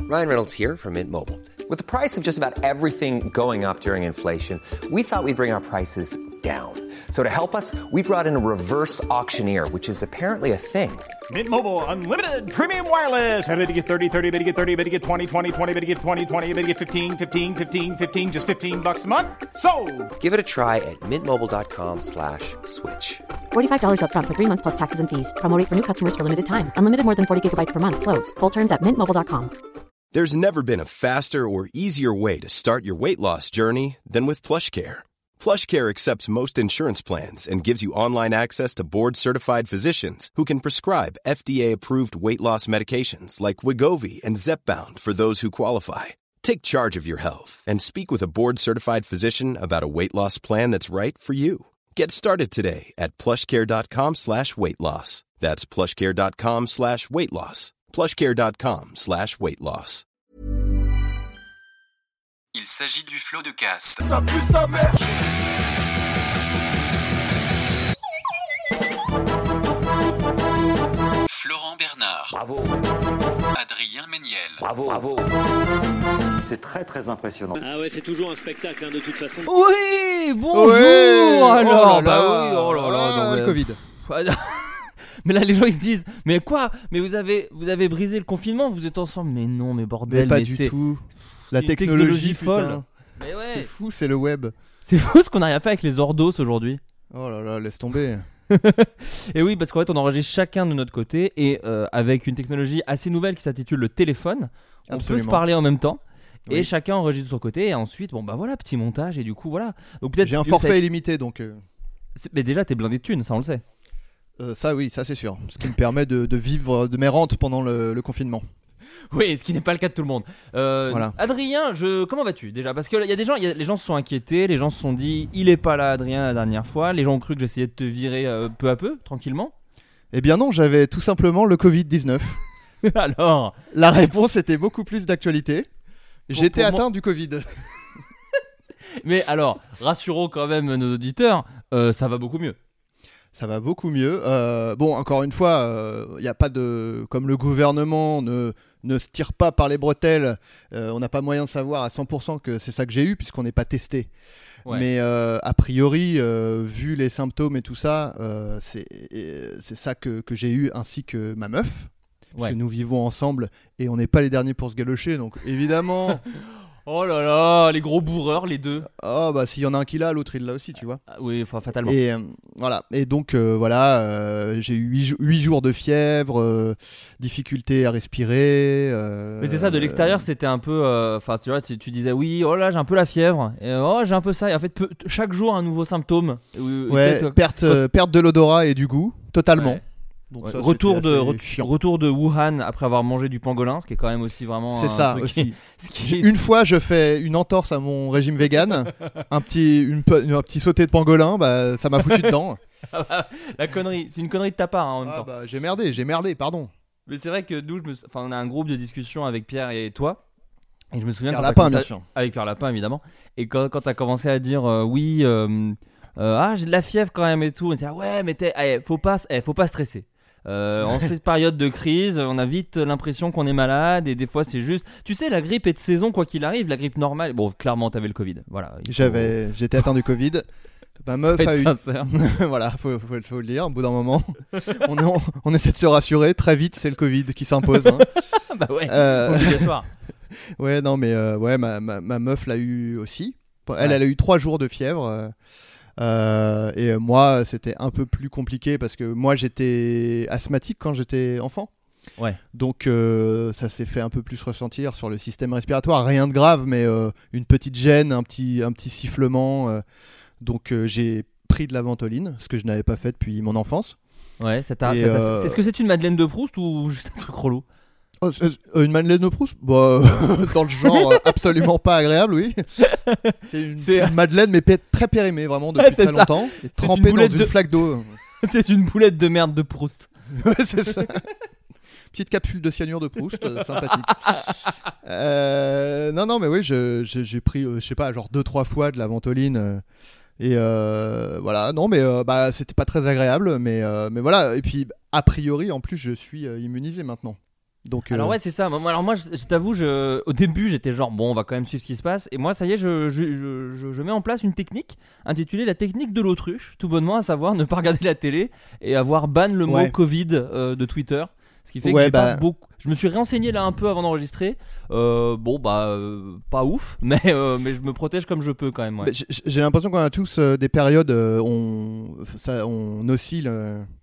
Ryan Reynolds here from Mint Mobile. With the price of just about everything going up during inflation, we thought we'd bring our prices down. So to help us, we brought in a reverse auctioneer, which is apparently a thing. Mint Mobile Unlimited Premium Wireless. How to get 30, 30, bit to get 30, bit to get 20, 20, 20, bit to get 20, 20, bit to get 15, 15, 15, 15, just $15 a month? Sold! Give it a try at mintmobile.com/switch. $45 up front for 3 months plus taxes and fees. Promo rate for new customers for limited time. Unlimited more than 40 gigabytes per month. Slows full terms at mintmobile.com. There's never been a faster or easier way to start your weight loss journey than with PlushCare. PlushCare accepts most insurance plans and gives you online access to board-certified physicians who can prescribe FDA-approved weight loss medications like Wegovy and Zepbound for those who qualify. Take charge of your health and speak with a board-certified physician about a weight loss plan that's right for you. Get started today at plushcare.com/weight loss. That's plushcare.com/weight loss. plushcare.com/weight loss. Il s'agit du Flow de Cast. Florent Bernard. Bravo. Adrien Méniel. Bravo, bravo. C'est très très impressionnant. Ah ouais, c'est toujours un spectacle de toute façon. Oui, bonjour. Alors, oh là là. oh là là, non, le Covid. Mais là, les gens ils se disent, mais quoi? Mais vous avez brisé le confinement, vous êtes ensemble? Mais non, mais bordel, Mais pas mais du c'est tout. c'est La une technologie folle. putain. Mais ouais, C'est fou, c'est le web. c'est fou ce qu'on a fait avec les ordos aujourd'hui. Oh là là, laisse tomber. Et oui, parce qu'en fait, on enregistre chacun de notre côté et avec une technologie assez nouvelle qui s'intitule le téléphone, on peut se Absolument. parler en même temps. Et Oui. chacun enregistre de son côté et ensuite, bon bah voilà, petit montage et du coup voilà. Donc peut-être J'ai un que forfait illimité donc. Mais déjà, t'es blindé de thunes, ça on le sait. Ça oui, ça c'est sûr. Ce qui me permet de vivre de mes rentes pendant le confinement. Oui, ce qui n'est pas le cas de tout le monde. Voilà. Adrien, comment vas-tu déjà? Parce que il y a des gens, les gens se sont inquiétés, les gens se sont dit, il est pas là, Adrien, la dernière fois. Les gens ont cru que j'essayais de te virer peu à peu, tranquillement. Eh bien non, j'avais tout simplement le Covid-19. Alors, La réponse était beaucoup plus d'actualité. J'étais pour moi- atteint du Covid. mais alors, rassurons quand même nos auditeurs, ça va beaucoup mieux. Ça va beaucoup mieux. Bon, encore une fois, il n'y a pas de... Comme le gouvernement ne se tire pas par les bretelles, on n'a pas moyen de savoir à 100% que c'est ça que j'ai eu, puisqu'on n'est pas testé. Ouais. Mais a priori, vu les symptômes et tout ça, c'est ça que j'ai eu, ainsi que ma meuf. Parce Ouais. que nous vivons ensemble et on n'est pas les derniers pour se galocher, donc évidemment... Oh là là, les gros bourreurs, les deux. Oh bah s'il y en a un qui l'a, l'autre il l'a aussi, tu vois. Ah, oui, enfin fatalement. Et voilà. Et donc voilà, j'ai eu 8 jours de fièvre, difficulté à respirer. Mais c'est ça, de l'extérieur, c'était un peu. Enfin, tu vois, tu disais oui, oh là, j'ai un peu la fièvre. Et, oh, j'ai un peu ça. Et en fait, chaque jour, un nouveau symptôme. Ouais, perte de l'odorat et du goût, totalement. Ouais. Donc Ouais, ça, retour c'était de assez chiant. retour de Wuhan après avoir mangé du pangolin, ce qui est quand même aussi vraiment. C'est un ça truc aussi. ce qui est- Une fois, je fais une entorse à mon régime vegan, un petit sauté de pangolin, bah ça m'a foutu dedans. La connerie, c'est une connerie de ta part hein, en même Ah temps. bah j'ai merdé, pardon. Mais c'est vrai que nous, on a un groupe de discussion avec Pierre et toi. Et je me souviens Pierre quand Lapin, t'as bien commencé sûr. avec Pierre Lapin évidemment. Et quand t'as commencé à dire oui, j'ai de la fièvre quand même et tout, on était là, ouais, mais faut pas stresser. En cette période de crise, on a vite l'impression qu'on est malade et des fois c'est juste. Tu sais, la grippe est de saison quoi qu'il arrive. La grippe normale, bon, clairement t'avais le Covid. Voilà. J'étais atteint du Covid. Ma meuf Faut a être eu. sincère. Voilà, faut le dire. Au bout d'un moment, on essaie de se rassurer. Très vite, c'est le Covid qui s'impose. Hein. Bah ouais, Euh, obligatoire. Ouais, non, mais ouais, ma meuf l'a eu aussi. Elle Ouais. a eu 3 jours de fièvre. Et moi, c'était un peu plus compliqué parce que moi, j'étais asthmatique quand j'étais enfant. Ouais. Donc, ça s'est fait un peu plus ressentir sur le système respiratoire. Rien de grave, mais une petite gêne, un petit sifflement. Donc, j'ai pris de la ventoline, ce que je n'avais pas fait depuis mon enfance. Ouais, Et, est-ce que c'est une Madeleine de Proust ou juste un truc relou? Oh, une Madeleine de Proust bah, dans le genre absolument pas agréable, oui. C'est une Madeleine, mais très périmée, vraiment, depuis c'est très ça. longtemps. Et C'est trempée une dans boulette une de- flaque d'eau. C'est une boulette de merde de Proust. Ouais, c'est ça. Petite capsule de cyanure de Proust, sympathique. Non, mais oui, j'ai pris, je sais pas, genre 2-3 fois de la ventoline. Et voilà, non, mais bah, c'était pas très agréable. Mais voilà, et puis, a priori, en plus, je suis immunisé maintenant. Donc, alors ouais, c'est ça. Alors moi, je t'avoue, au début, j'étais genre bon, on va quand même suivre ce qui se passe. Et moi, ça y est, je mets en place une technique intitulée la technique de l'autruche, tout bonnement, à savoir ne pas regarder la télé et avoir ban le mot Covid de Twitter. Ce qui fait que j'ai pas beaucoup. Je me suis renseigné là un peu avant d'enregistrer. Pas ouf, mais je me protège comme je peux quand même. Ouais. J'ai l'impression qu'on a tous des périodes, on oscille.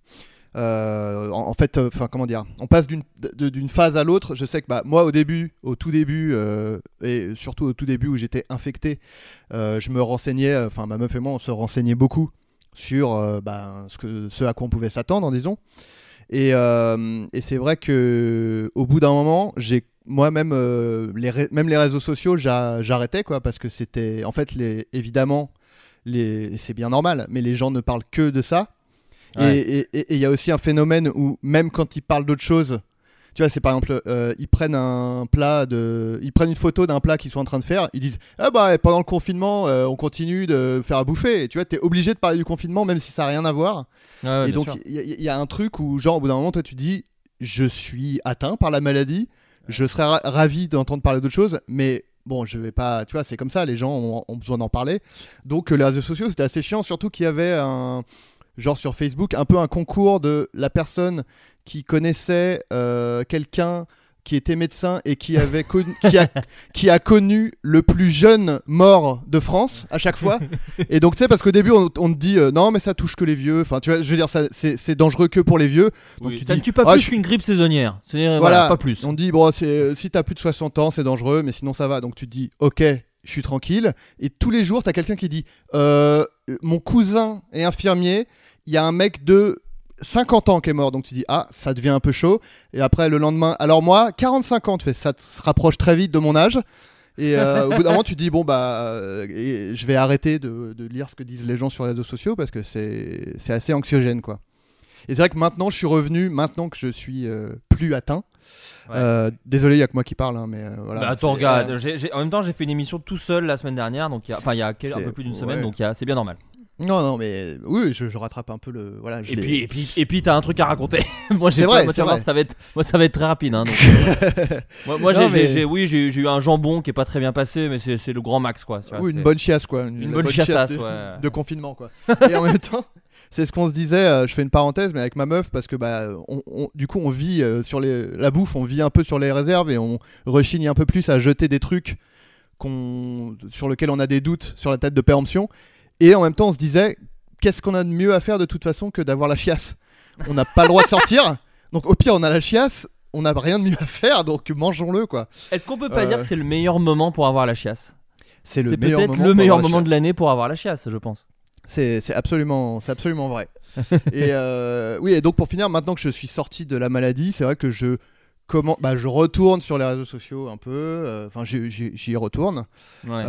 En fait, comment dire, on passe d'une phase à l'autre. Je sais que moi, au tout début, et surtout au tout début où j'étais infecté, je me renseignais. Enfin, ma meuf et moi, on se renseignait beaucoup sur ce à quoi on pouvait s'attendre, disons. Et c'est vrai que au bout d'un moment, moi-même même les réseaux sociaux, j'arrêtais quoi, parce que c'était en fait évidemment c'est bien normal, mais les gens ne parlent que de ça. Ouais. Et il y a aussi un phénomène où même quand ils parlent d'autre chose, tu vois, c'est par exemple ils prennent une photo d'un plat qu'ils sont en train de faire, ils disent pendant le confinement on continue de faire à bouffer, et tu vois, t'es obligé de parler du confinement même si ça n'a rien à voir. Et donc il y a un truc où genre au bout d'un moment toi tu dis je suis atteint par la maladie, je serais ravi d'entendre parler d'autre chose, mais bon, je vais pas, tu vois, c'est comme ça, les gens ont besoin d'en parler. Donc les réseaux sociaux c'était assez chiant, surtout qu'il y avait genre sur Facebook, un peu un concours de la personne qui connaissait quelqu'un qui était médecin et qui a connu le plus jeune mort de France à chaque fois. Et donc tu sais, parce qu'au début on te dit non mais ça touche que les vieux. Enfin tu vois, je veux dire c'est dangereux que pour les vieux. Donc, ça ne tue pas plus qu'une grippe saisonnière. Voilà, pas plus. On te dit bon si t'as plus de 60 ans c'est dangereux, mais sinon ça va. Donc tu te dis ok, je suis tranquille. Et tous les jours t'as quelqu'un qui dit mon cousin est infirmier. Il y a un mec de 50 ans qui est mort, donc tu dis ça devient un peu chaud. Et après le lendemain, alors moi 45 ans, ça se rapproche très vite de mon âge. Et au bout d'un moment tu dis je vais arrêter de lire ce que disent les gens sur les réseaux sociaux parce que c'est assez anxiogène quoi. Et c'est vrai que maintenant je suis revenu, maintenant que je suis plus atteint. Ouais. Désolé, il y a que moi qui parle, hein, mais voilà. Attends, regarde, en même temps j'ai fait une émission tout seul la semaine dernière, donc il y a un peu plus d'une semaine, donc c'est bien normal. Non, mais oui, je rattrape un peu le. Voilà, et puis t'as un truc à raconter. Moi, c'est vrai. Ça va être très rapide. Hein, donc, moi, j'ai eu un jambon qui est pas très bien passé, mais c'est le grand max, quoi. Oui, une bonne chiasse, quoi. Une bonne chiasse de confinement, quoi. Et en même temps, c'est ce qu'on se disait. Je fais une parenthèse, mais avec ma meuf, parce que du coup, on vit sur la bouffe, on vit un peu sur les réserves et on rechigne un peu plus à jeter des trucs sur lesquels on a des doutes sur la tête de péremption. Et en même temps, on se disait, qu'est-ce qu'on a de mieux à faire de toute façon que d'avoir la chiasse ? On n'a pas le droit de sortir, donc au pire, on a la chiasse, on n'a rien de mieux à faire, donc mangeons-le, quoi. Est-ce qu'on peut pas dire que c'est le meilleur moment pour avoir la chiasse ? C'est peut-être le meilleur moment de l'année pour avoir la chiasse, je pense. C'est absolument vrai. Et oui, et donc pour finir, maintenant que je suis sorti de la maladie, c'est vrai que je retourne sur les réseaux sociaux un peu, j'y retourne, mais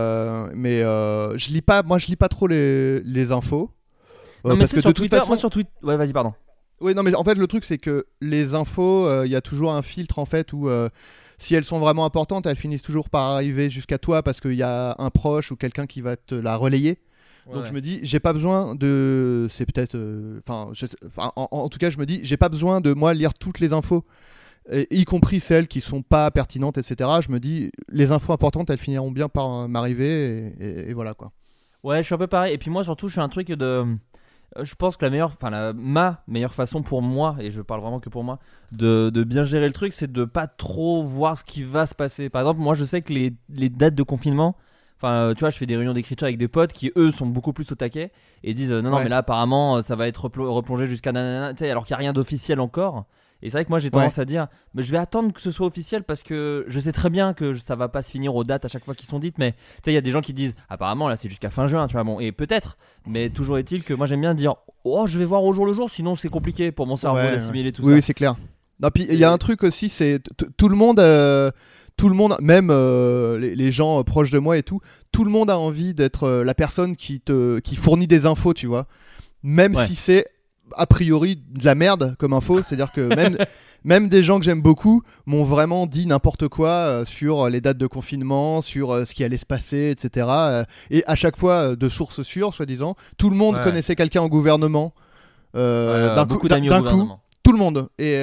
je lis pas trop les infos, parce que de toute façon, moi sur Twitter, ouais, vas-y, pardon. Oui, non, mais en fait le truc c'est que les infos, il y a toujours un filtre en fait où si elles sont vraiment importantes, elles finissent toujours par arriver jusqu'à toi parce qu'il y a un proche ou quelqu'un qui va te la relayer. Donc je me dis, j'ai pas besoin de, c'est peut-être, en tout cas je me dis, j'ai pas besoin de moi lire toutes les infos. Y compris celles qui sont pas pertinentes, etc. Je me dis, les infos importantes, elles finiront bien par m'arriver, et voilà quoi. Ouais, je suis un peu pareil. Et puis moi, surtout, je suis un truc je pense que ma meilleure façon pour moi, et je parle vraiment que pour moi, de bien gérer le truc, c'est de pas trop voir ce qui va se passer. Par exemple, moi, je sais que les dates de confinement, tu vois, je fais des réunions d'écriture avec des potes qui, eux, sont beaucoup plus au taquet et disent non, mais là, apparemment, ça va être replongé jusqu'à nanana, alors qu'il n'y a rien d'officiel encore. Et c'est vrai que moi j'ai tendance à dire mais je vais attendre que ce soit officiel parce que je sais très bien que ça va pas se finir aux dates à chaque fois qui sont dites, mais tu sais il y a des gens qui disent apparemment là c'est jusqu'à fin juin, tu vois, bon, et peut-être, mais toujours est-il que moi j'aime bien dire je vais voir au jour le jour, sinon c'est compliqué pour mon cerveau d'assimiler tout ça. Oui, c'est clair. Non, puis il y a un truc aussi, c'est tout le monde, même les gens proches de moi et tout le monde a envie d'être la personne qui fournit des infos, tu vois, même si c'est a priori de la merde comme info. C'est-à-dire que même des gens que j'aime beaucoup m'ont vraiment dit n'importe quoi sur les dates de confinement, sur ce qui allait se passer, etc. Et à chaque fois de sources sûres, soi-disant. Tout le monde connaissait quelqu'un au gouvernement. D'un coup, tout le monde. Et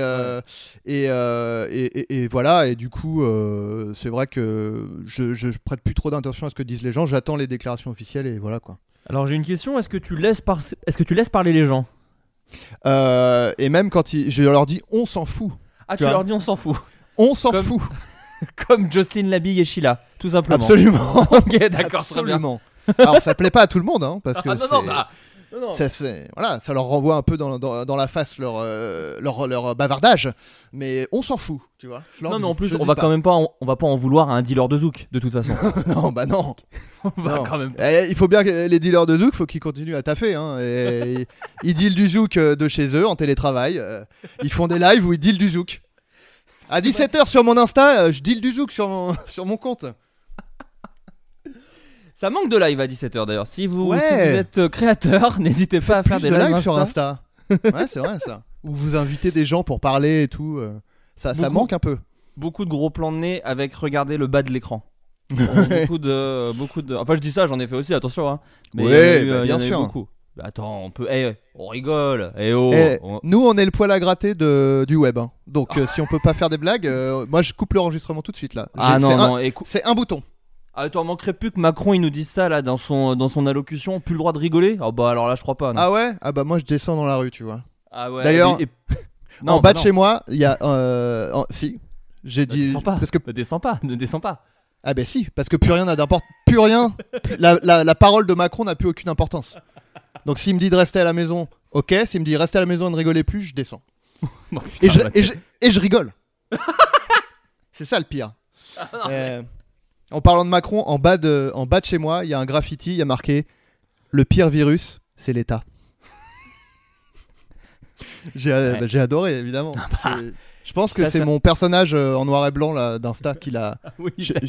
voilà. Et du coup, c'est vrai que je prête plus trop d'attention à ce que disent les gens. J'attends les déclarations officielles et voilà quoi. Alors j'ai une question. Est-ce que tu laisses parler les gens? Et même quand je leur dis on s'en fout. Ah, tu leur dis on s'en fout. On s'en fout. Comme Jocelyne Labille et Sheila, tout simplement. Absolument. Ok, d'accord, très bien. Absolument. Alors ça plaît pas à tout le monde, hein, parce que non. ça leur renvoie un peu dans la face leur bavardage, mais on s'en fout, tu vois. Non, mais en plus on va pas en vouloir à un dealer de zouk de toute façon. Non, bah non. On va quand même. Il faut bien que les dealers de zouk, faut qu'ils continuent à taffer, hein. Et ils dealent du zouk de chez eux en télétravail. Ils font des lives où ils dealent du zouk. À 17h sur mon Insta, je deal du zouk sur mon compte. Ça manque de live à 17h d'ailleurs. Si vous êtes créateur, n'hésitez pas à faire des lives sur Insta. Ouais, c'est vrai ça. Où vous invitez des gens pour parler et tout. Ça manque un peu. Beaucoup de gros plans de nez avec regarder le bas de l'écran. beaucoup de. Enfin, je dis ça, j'en ai fait aussi, attention. Hein. Mais bien sûr. Beaucoup. Bah, attends, on rigole. Nous, on est le poil à gratter du web. Hein. Donc, si on peut pas faire des blagues, moi, je coupe l'enregistrement tout de suite là. C'est un bouton. Attends, manquerait plus que Macron il nous dise ça là dans son allocution. Plus le droit de rigoler. Oh bah alors là, je crois pas. Non. Ah ouais. Ah bah moi, je descends dans la rue, tu vois. Ah ouais. D'ailleurs, en bas de chez moi, il y a si. J'ai dit. Descends pas. Parce que ne descends pas. Ah bah si, parce que plus rien n'a d'importance. Plus rien. La parole de Macron n'a plus aucune importance. Donc s'il me dit de rester à la maison, ok. S'il me dit rester à la maison et ne rigolez plus, je descends. Bon, putain, et je rigole. C'est ça le pire. En parlant de Macron, en bas de chez moi, il y a un graffiti, il y a marqué « Le pire virus, c'est l'État ». J'ai adoré, évidemment. Je pense que c'est mon personnage en noir et blanc là, d'Insta qui l'a... Oui,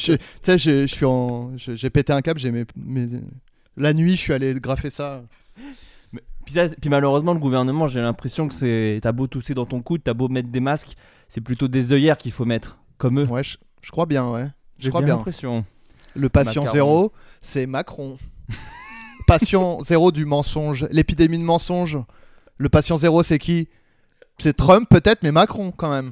j'ai pété un câble, la nuit, je suis allé graffer ça. Puis malheureusement, le gouvernement, j'ai l'impression que t'as beau tousser dans ton coude, t'as beau mettre des masques, c'est plutôt des œillères qu'il faut mettre, comme eux. Ouais, je crois bien, ouais. J'ai bien l'impression. Le patient zéro, c'est Macron. Patient zéro du mensonge, l'épidémie de mensonge. Le patient zéro, c'est qui? C'est Trump peut-être, mais Macron quand même.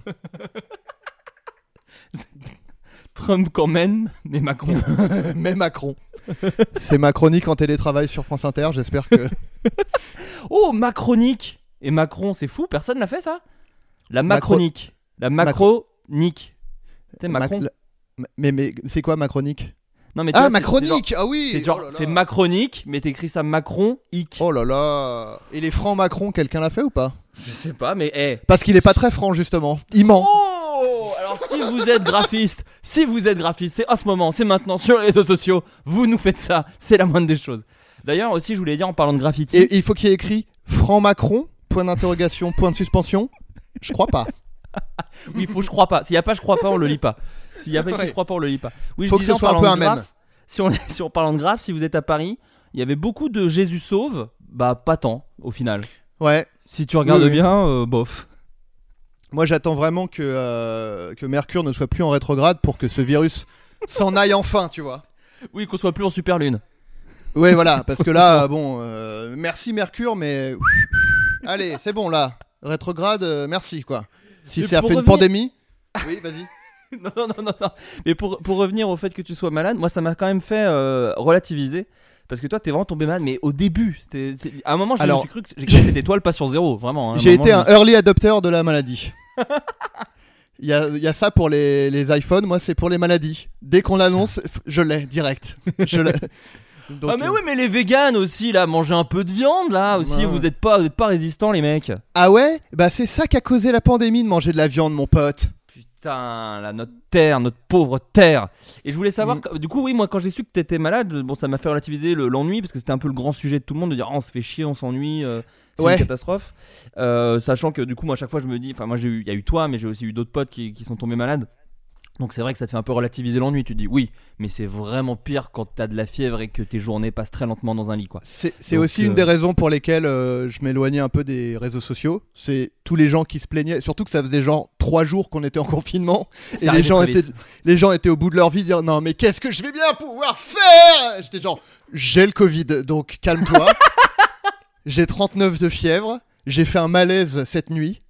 Trump quand même, mais Macron. Mais Macron. C'est Macronique en télétravail sur France Inter, j'espère que... Oh, Macronique. Et Macron, c'est fou, personne n'a fait ça? La Macronique. La Macronique. Tu sais, Macron... Mais c'est quoi Macronique? Non, mais Macronique. Ah oui. C'est Macronique, mais t'écris ça Macron-ique. Oh là là. Et les francs Macron, quelqu'un l'a fait ou pas? Je sais pas, mais parce qu'il est pas très franc justement. Il ment. Oh, alors si vous êtes graphiste, c'est en ce moment, c'est maintenant sur les réseaux sociaux, vous nous faites ça, c'est la moindre des choses. D'ailleurs aussi, je voulais dire en parlant de graffiti. Et il faut qu'il y ait écrit franc Macron, point d'interrogation, point de suspension. Je crois pas. Oui, faut je crois pas. S'il y a pas je crois pas, on le lit pas. S'il y a pas écrit je crois pas, on le lit pas. Oui, faut que ce soit un peu un mème. Si on parle de graphe, si vous êtes à Paris, il y avait beaucoup de Jésus sauve, bah pas tant au final. Ouais. Si tu regardes bien, bof. Moi, j'attends vraiment que Mercure ne soit plus en rétrograde pour que ce virus s'en aille enfin, tu vois. Oui, qu'on soit plus en super lune. Ouais, voilà, parce que là, merci Mercure, mais allez, c'est bon là, rétrograde, merci quoi. Si ça fait une pandémie, oui, vas-y. Non. Mais pour revenir au fait que tu sois malade, moi ça m'a quand même fait relativiser. Parce que toi t'es vraiment tombé malade, mais au début, à un moment j'ai cru que c'était toi le patient zéro, vraiment. J'ai été un early adopter de la maladie. Il y a ça pour les iPhones, moi c'est pour les maladies. Dès qu'on l'annonce, je l'ai direct. Donc, mais oui, mais les véganes aussi, là, mangez un peu de viande, là aussi, ouais. Vous êtes pas résistants, les mecs. Ah ouais? Bah c'est ça qui a causé la pandémie, de manger de la viande, mon pote. Putain, là, notre pauvre terre. Et je voulais savoir, du coup, oui, moi, quand j'ai su que t'étais malade, bon, ça m'a fait relativiser l'ennui, parce que c'était un peu le grand sujet de tout le monde, de dire, on se fait chier, on s'ennuie, c'est une catastrophe. Sachant que, du coup, moi, à chaque fois, je me dis, enfin, moi, il y a eu toi, mais j'ai aussi eu d'autres potes qui sont tombés malades. Donc c'est vrai que ça te fait un peu relativiser l'ennui, tu te dis oui, mais c'est vraiment pire quand t'as de la fièvre et que tes journées passent très lentement dans un lit, quoi. C'est aussi une des raisons pour lesquelles je m'éloignais un peu des réseaux sociaux. C'est tous les gens qui se plaignaient, surtout que ça faisait genre 3 jours qu'on était en confinement et les gens étaient au bout de leur vie, dire non mais qu'est-ce que je vais bien pouvoir faire. J'étais genre j'ai le Covid, donc calme-toi. J'ai 39 de fièvre, j'ai fait un malaise cette nuit.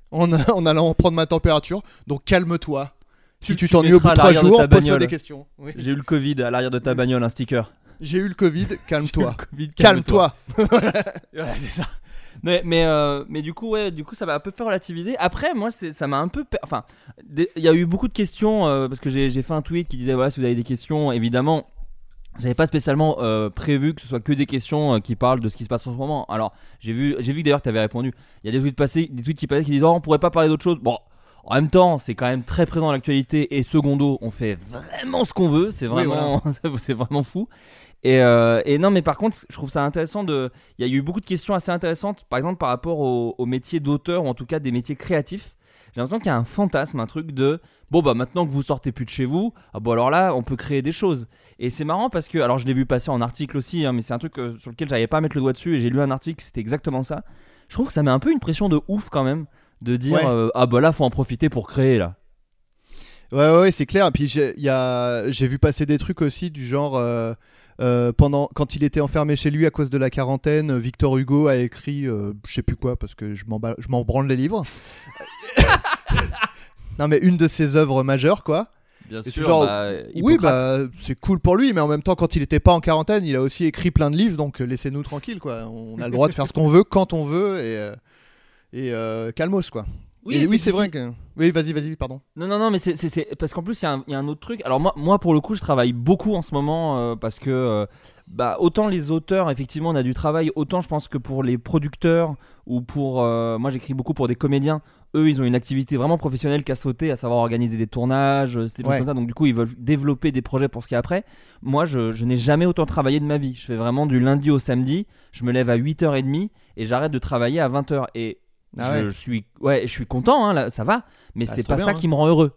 en allant prendre ma température. Donc calme-toi. Si tu Tu t'ennuies au bout mettras de à 3 l'arrière de jours, ta pose-toi bagnole. des questions. Oui. J'ai eu le Covid à l'arrière de ta bagnole, un sticker. J'ai eu le Covid, calme-toi. Covid, Calme-toi. Ouais, c'est ça. Mais du coup, ça va un peu fait relativiser. Après, moi, ça m'a un peu. Enfin, il y a eu beaucoup de questions parce que j'ai fait un tweet qui disait voilà, si vous avez des questions, évidemment. J'avais pas spécialement prévu que ce soit que des questions qui parlent de ce qui se passe en ce moment. Alors, j'ai vu que d'ailleurs tu avais répondu. Il y a des tweets qui passaient qui disent oh, on pourrait pas parler d'autre chose. Bon, en même temps, c'est quand même très présent dans l'actualité et secondo, on fait vraiment ce qu'on veut. C'est vraiment, c'est vraiment fou. Et non, mais par contre, je trouve ça intéressant il y a eu beaucoup de questions assez intéressantes, par exemple par rapport au métier d'auteur ou en tout cas des métiers créatifs. J'ai l'impression qu'il y a un fantasme, un truc de bon bah maintenant que vous sortez plus de chez vous, ah bon alors là on peut créer des choses. Et c'est marrant parce que alors je l'ai vu passer en article aussi, hein, mais c'est un truc sur lequel j'arrivais pas à mettre le doigt dessus et j'ai lu un article, c'était exactement ça. Je trouve que ça met un peu une pression de ouf quand même de dire ah bah là faut en profiter pour créer là. Ouais, c'est clair. Et puis j'ai vu passer des trucs aussi du genre quand il était enfermé chez lui à cause de la quarantaine, Victor Hugo a écrit je sais plus quoi parce que je m'en branle les livres. Non mais une de ses œuvres majeures quoi. Bien et sûr. Genre, oui c'est cool pour lui, mais en même temps quand il était pas en quarantaine, il a aussi écrit plein de livres, donc laissez-nous tranquille quoi. On a le droit de faire ce qu'on veut quand on veut et calmos quoi. Oui, c'est vrai que. Oui, vas-y, pardon. Non, mais c'est parce qu'en plus il y a un autre truc. Alors moi pour le coup, je travaille beaucoup en ce moment parce que autant les auteurs, effectivement, on a du travail, autant je pense que pour les producteurs ou pour moi j'écris beaucoup pour des comédiens. Eux, ils ont une activité vraiment professionnelle qu'à sauter, à savoir organiser des tournages, des choses comme ça. Donc du coup, ils veulent développer des projets pour ce qu'il y a après. Moi, je n'ai jamais autant travaillé de ma vie. Je fais vraiment du lundi au samedi. Je me lève à 8h30 et j'arrête de travailler à 20h. Et je suis content, hein, là, ça va, mais c'est pas ça qui me rend heureux.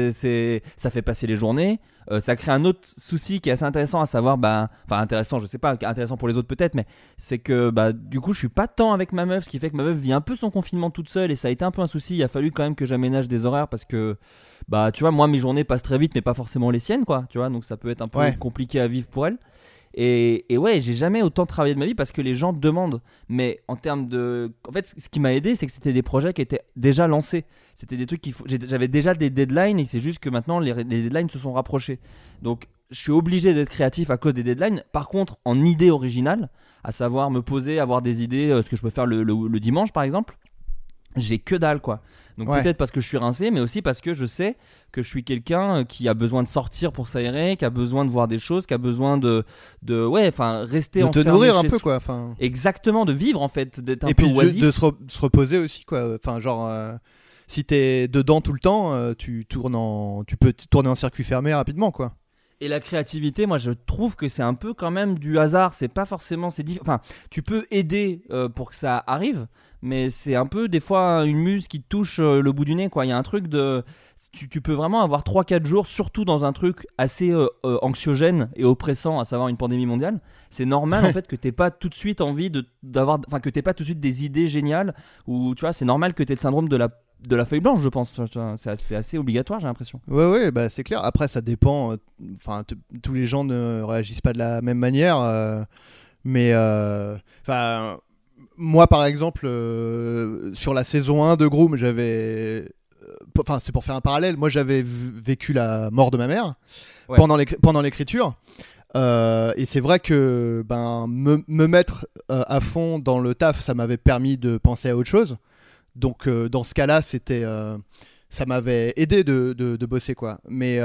Ça fait passer les journées. Ça crée un autre souci qui est assez intéressant, à savoir, intéressant, je sais pas, intéressant pour les autres peut-être, mais c'est que du coup, je suis pas tant avec ma meuf, ce qui fait que ma meuf vit un peu son confinement toute seule et ça a été un peu un souci. Il a fallu quand même que j'aménage des horaires parce que, tu vois, moi mes journées passent très vite, mais pas forcément les siennes, quoi. Tu vois, donc ça peut être un peu compliqué à vivre pour elle. Et ouais, j'ai jamais autant travaillé de ma vie parce que les gens demandent. Mais en termes de. En fait, ce qui m'a aidé, c'est que c'était des projets qui étaient déjà lancés. C'était des trucs j'avais déjà des deadlines et c'est juste que maintenant les deadlines se sont rapprochés. Donc je suis obligé d'être créatif à cause des deadlines. Par contre, en idée originale, à savoir me poser, avoir des idées, ce que je peux faire le dimanche par exemple, j'ai que dalle quoi. Donc peut-être parce que je suis rincé, mais aussi parce que je sais que je suis quelqu'un qui a besoin de sortir pour s'aérer, qui a besoin de voir des choses, qui a besoin de rester enfermé de te nourrir un peu soi. quoi. Exactement, de vivre en fait, d'être un et peu puis oisif. de se reposer aussi quoi. Enfin genre si t'es dedans tout le temps, tu peux tourner en circuit fermé rapidement quoi. Et la créativité, moi je trouve que c'est un peu quand même du hasard, c'est pas forcément tu peux aider pour que ça arrive, mais c'est un peu des fois une muse qui te touche le bout du nez quoi. Il y a un truc de tu peux vraiment avoir 3-4 jours, surtout dans un truc assez anxiogène et oppressant, à savoir une pandémie mondiale. C'est normal en fait que t'aies pas tout de suite envie que t'aies pas tout de suite des idées géniales, ou tu vois, c'est normal que t'aies le syndrome de la feuille blanche, je pense. C'est assez obligatoire, j'ai l'impression. Ouais, c'est clair. Après, ça dépend. Tous les gens ne réagissent pas de la même manière. Mais moi, par exemple, sur la saison 1 de Groom, j'avais. C'est pour faire un parallèle. Moi, j'avais vécu la mort de ma mère pendant l'écriture. Et c'est vrai que me mettre à fond dans le taf, ça m'avait permis de penser à autre chose. Donc dans ce cas-là, ça m'avait aidé de bosser quoi. Mais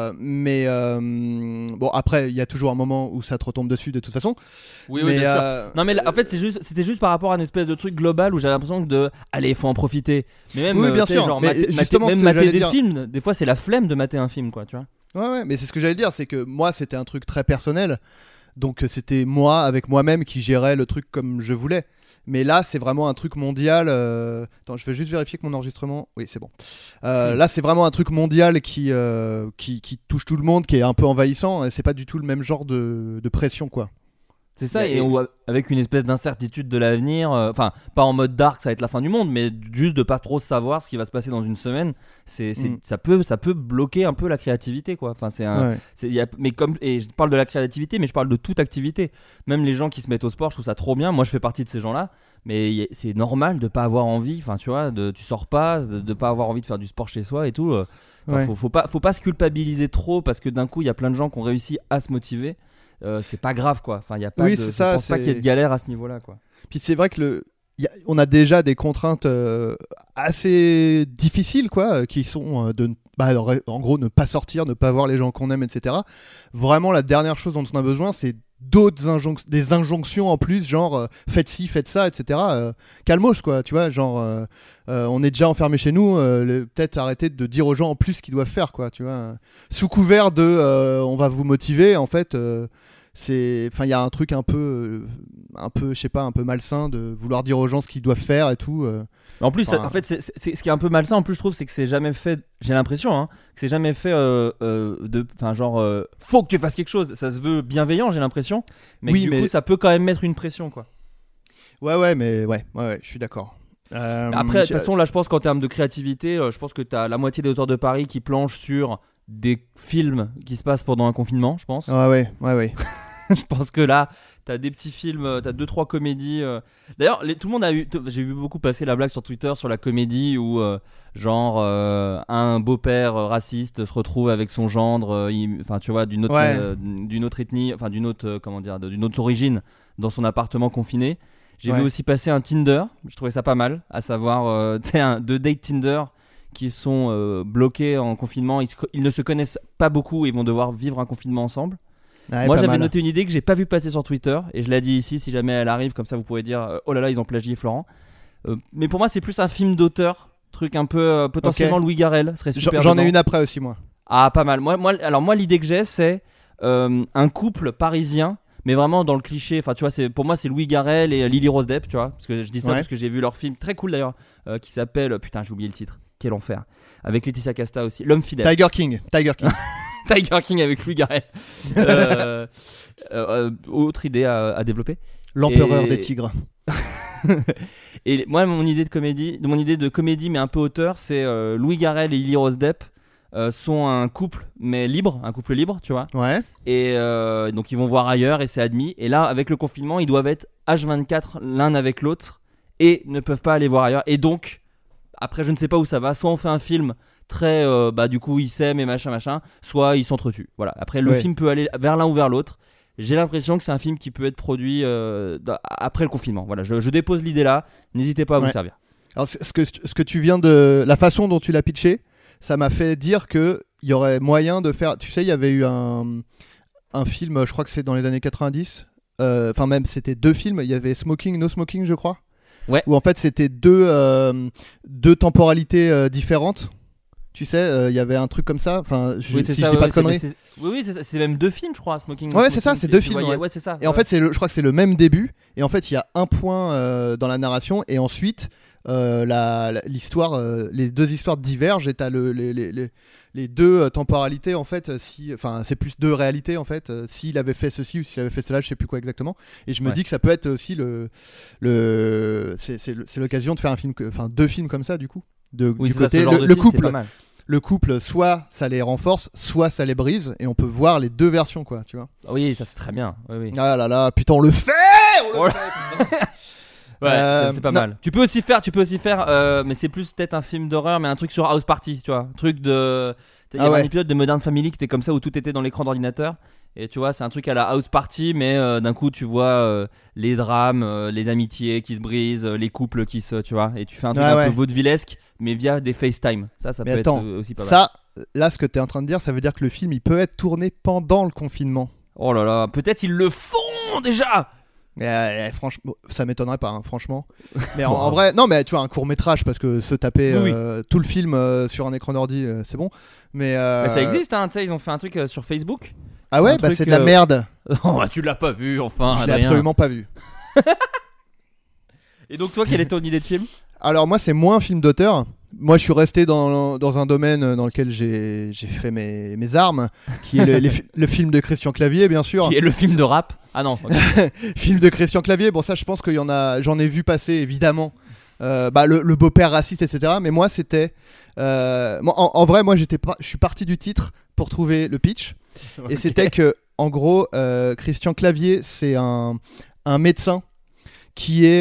bon, après il y a toujours un moment où ça te retombe dessus de toute façon. Oui, bien sûr. Non mais là, en fait c'était juste par rapport à une espèce de truc global où j'avais l'impression allez, il faut en profiter. Mais même oui, bien sûr. Genre, même mater des films, des fois c'est la flemme de mater un film quoi, tu vois. Ouais, mais c'est ce que j'allais dire, c'est que moi c'était un truc très personnel. Donc c'était moi avec moi-même qui gérais le truc comme je voulais. Mais là c'est vraiment un truc mondial. Attends, je vais juste vérifier que mon enregistrement. Oui, c'est bon. Là c'est vraiment un truc mondial qui touche tout le monde, qui est un peu envahissant. Et c'est pas du tout le même genre de pression quoi. C'est ça, avec une espèce d'incertitude de l'avenir, enfin pas en mode dark, ça va être la fin du monde, mais juste de pas trop savoir ce qui va se passer dans une semaine, ça peut bloquer un peu la créativité, quoi. Enfin mais et je parle de la créativité, mais je parle de toute activité. Même les gens qui se mettent au sport, je trouve ça trop bien. Moi, je fais partie de ces gens-là, mais c'est normal de pas avoir envie. Enfin, tu vois, tu sors pas, de pas avoir envie de faire du sport chez soi et tout. Faut pas se culpabiliser trop parce que d'un coup, il y a plein de gens qui ont réussi à se motiver. C'est pas grave, quoi. Enfin, y a pas je pense pas qu'il y ait de galère à ce niveau-là, quoi. Puis c'est vrai que on a déjà des contraintes assez difficiles, quoi, qui sont en gros ne pas sortir, ne pas voir les gens qu'on aime, etc. Vraiment, la dernière chose dont on a besoin, c'est des injonctions en plus, genre faites ci, faites ça, etc. Calmos, quoi, tu vois, genre on est déjà enfermé chez nous, peut-être arrêter de dire aux gens en plus ce qu'ils doivent faire, quoi, tu vois, sous couvert de on va vous motiver, en fait. Il y a un truc un peu je sais pas, un peu malsain de vouloir dire aux gens ce qu'ils doivent faire et tout. En plus, en fait, c'est ce qui est un peu malsain. En plus, je trouve, c'est que c'est jamais fait. J'ai l'impression que c'est jamais fait faut que tu fasses quelque chose. Ça se veut bienveillant, j'ai l'impression. Mais du coup, ça peut quand même mettre une pression, quoi. Ouais, je suis d'accord. Après, de toute façon, là, je pense qu'en termes de créativité, je pense que t'as la moitié des auteurs de Paris qui planchent sur des films qui se passent pendant un confinement, je pense. Ouais. Je pense que là, t'as des petits films, t'as 2-3 comédies. D'ailleurs, tout le monde a eu. J'ai vu beaucoup passer la blague sur Twitter sur la comédie où, un beau-père raciste se retrouve avec son gendre, tu vois, d'une autre ethnie, enfin d'une autre origine, dans son appartement confiné. J'ai vu aussi passer un Tinder. Je trouvais ça pas mal, à savoir, deux dates Tinder qui sont bloqués en confinement. Ils ne se connaissent pas beaucoup et vont devoir vivre un confinement ensemble. Moi j'avais noté une idée que j'ai pas vu passer sur Twitter et je l'ai dit ici, si jamais elle arrive, comme ça vous pourrez dire oh là là ils ont plagié Florent. Mais pour moi c'est plus un film d'auteur, truc un peu potentiellement Louis Garrel serait super. J'en ai une après aussi moi. Ah pas mal. Moi l'idée que j'ai c'est un couple parisien, mais vraiment dans le cliché. Enfin tu vois, pour moi c'est Louis Garrel et Lily Rose Depp, tu vois, parce que je dis ça parce que j'ai vu leur film très cool d'ailleurs qui s'appelle j'ai oublié le titre. Quel enfer. Avec Laetitia Casta aussi, L'homme fidèle. Tiger King. Tiger King avec Louis Garrel. Autre idée à développer. L'empereur des tigres. Et moi, mon idée de comédie, mais un peu auteur, c'est Louis Garrel et Lily Rose Depp sont un couple, mais libre, tu vois. Ouais. Et donc ils vont voir ailleurs et c'est admis. Et là, avec le confinement, ils doivent être H24 l'un avec l'autre et ne peuvent pas aller voir ailleurs. Et donc, après, je ne sais pas où ça va. Soit on fait un film très du coup ils s'aiment et machin, soit ils s'entretuent. Voilà. Après le film peut aller vers l'un ou vers l'autre. J'ai l'impression que c'est un film qui peut être produit après le confinement. Voilà, je dépose l'idée là, n'hésitez pas à vous servir. Alors ce que tu viens de la façon dont tu l'as pitché, ça m'a fait dire que il y aurait moyen de faire, tu sais, il y avait eu un film, je crois que c'est dans les années 90, enfin même c'était 2 films, il y avait Smoking, No Smoking je crois. Ouais. Où en fait c'était deux temporalités différentes. Tu sais, il y avait un truc comme ça. Enfin, je dis pas de conneries. Oui, c'est même 2 films, je crois. Smoking. Ouais, c'est ça, c'est 2 films. Ouais, c'est ça. Et en fait, je crois que c'est le même début. Et en fait, il y a un point dans la narration. Et ensuite, l'histoire, les 2 histoires divergent. Et t'as les 2 temporalités en fait. Enfin, c'est plus 2 réalités en fait. S'il avait fait ceci ou s'il avait fait cela, je sais plus quoi exactement. Et je me dis que ça peut être aussi c'est l'occasion de faire un film, enfin 2 films comme ça du coup. Du côté le couple. Le couple, soit ça les renforce, soit ça les brise, et on peut voir les 2 versions, quoi, tu vois. Oui, ça c'est très bien. Oui. Ah là là, putain, on le fait, putain. Ouais, c'est pas mal. Tu peux aussi faire, mais c'est plus peut-être un film d'horreur, mais un truc sur House Party, tu vois, un truc de. Il y avait un épisode de Modern Family qui était comme ça où tout était dans l'écran d'ordinateur. Et tu vois, c'est un truc à la House Party, mais d'un coup, tu vois les drames, les amitiés qui se brisent, les couples qui se. Tu vois, et tu fais un truc un peu vaudevillesque, mais via des FaceTime. Ça peut être aussi pas mal. Ça, là, ce que tu es en train de dire, ça veut dire que le film, il peut être tourné pendant le confinement. Oh là là, peut-être ils le font déjà! Franchement, ça m'étonnerait pas, hein, franchement. Mais en vrai, non, mais tu vois, un court-métrage, parce que se taper tout le film sur un écran d'ordi, c'est bon. Mais ça existe, hein, tu sais, ils ont fait un truc sur Facebook. Ah ouais, c'est de la merde. Oh, tu l'as pas vu, enfin. Je l'ai absolument pas vu. Et donc toi, quelle est ton idée de film ? Alors moi, c'est moins un film d'auteur. Moi, je suis resté dans un domaine dans lequel j'ai fait mes armes, qui est le film de Christian Clavier, bien sûr. Qui est le film de rap ? Ah non. Okay. Film de Christian Clavier. Bon, ça, je pense j'en ai vu passer, évidemment. Le beau-père raciste, etc. Mais moi, c'était... en vrai, moi, je suis parti du titre pour trouver le pitch. Okay. Et c'était que, en gros, Christian Clavier, c'est un médecin qui est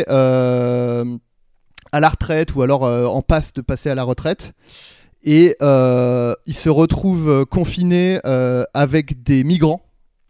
à la retraite ou alors en passe de passer à la retraite. Et il se retrouve confiné avec des migrants.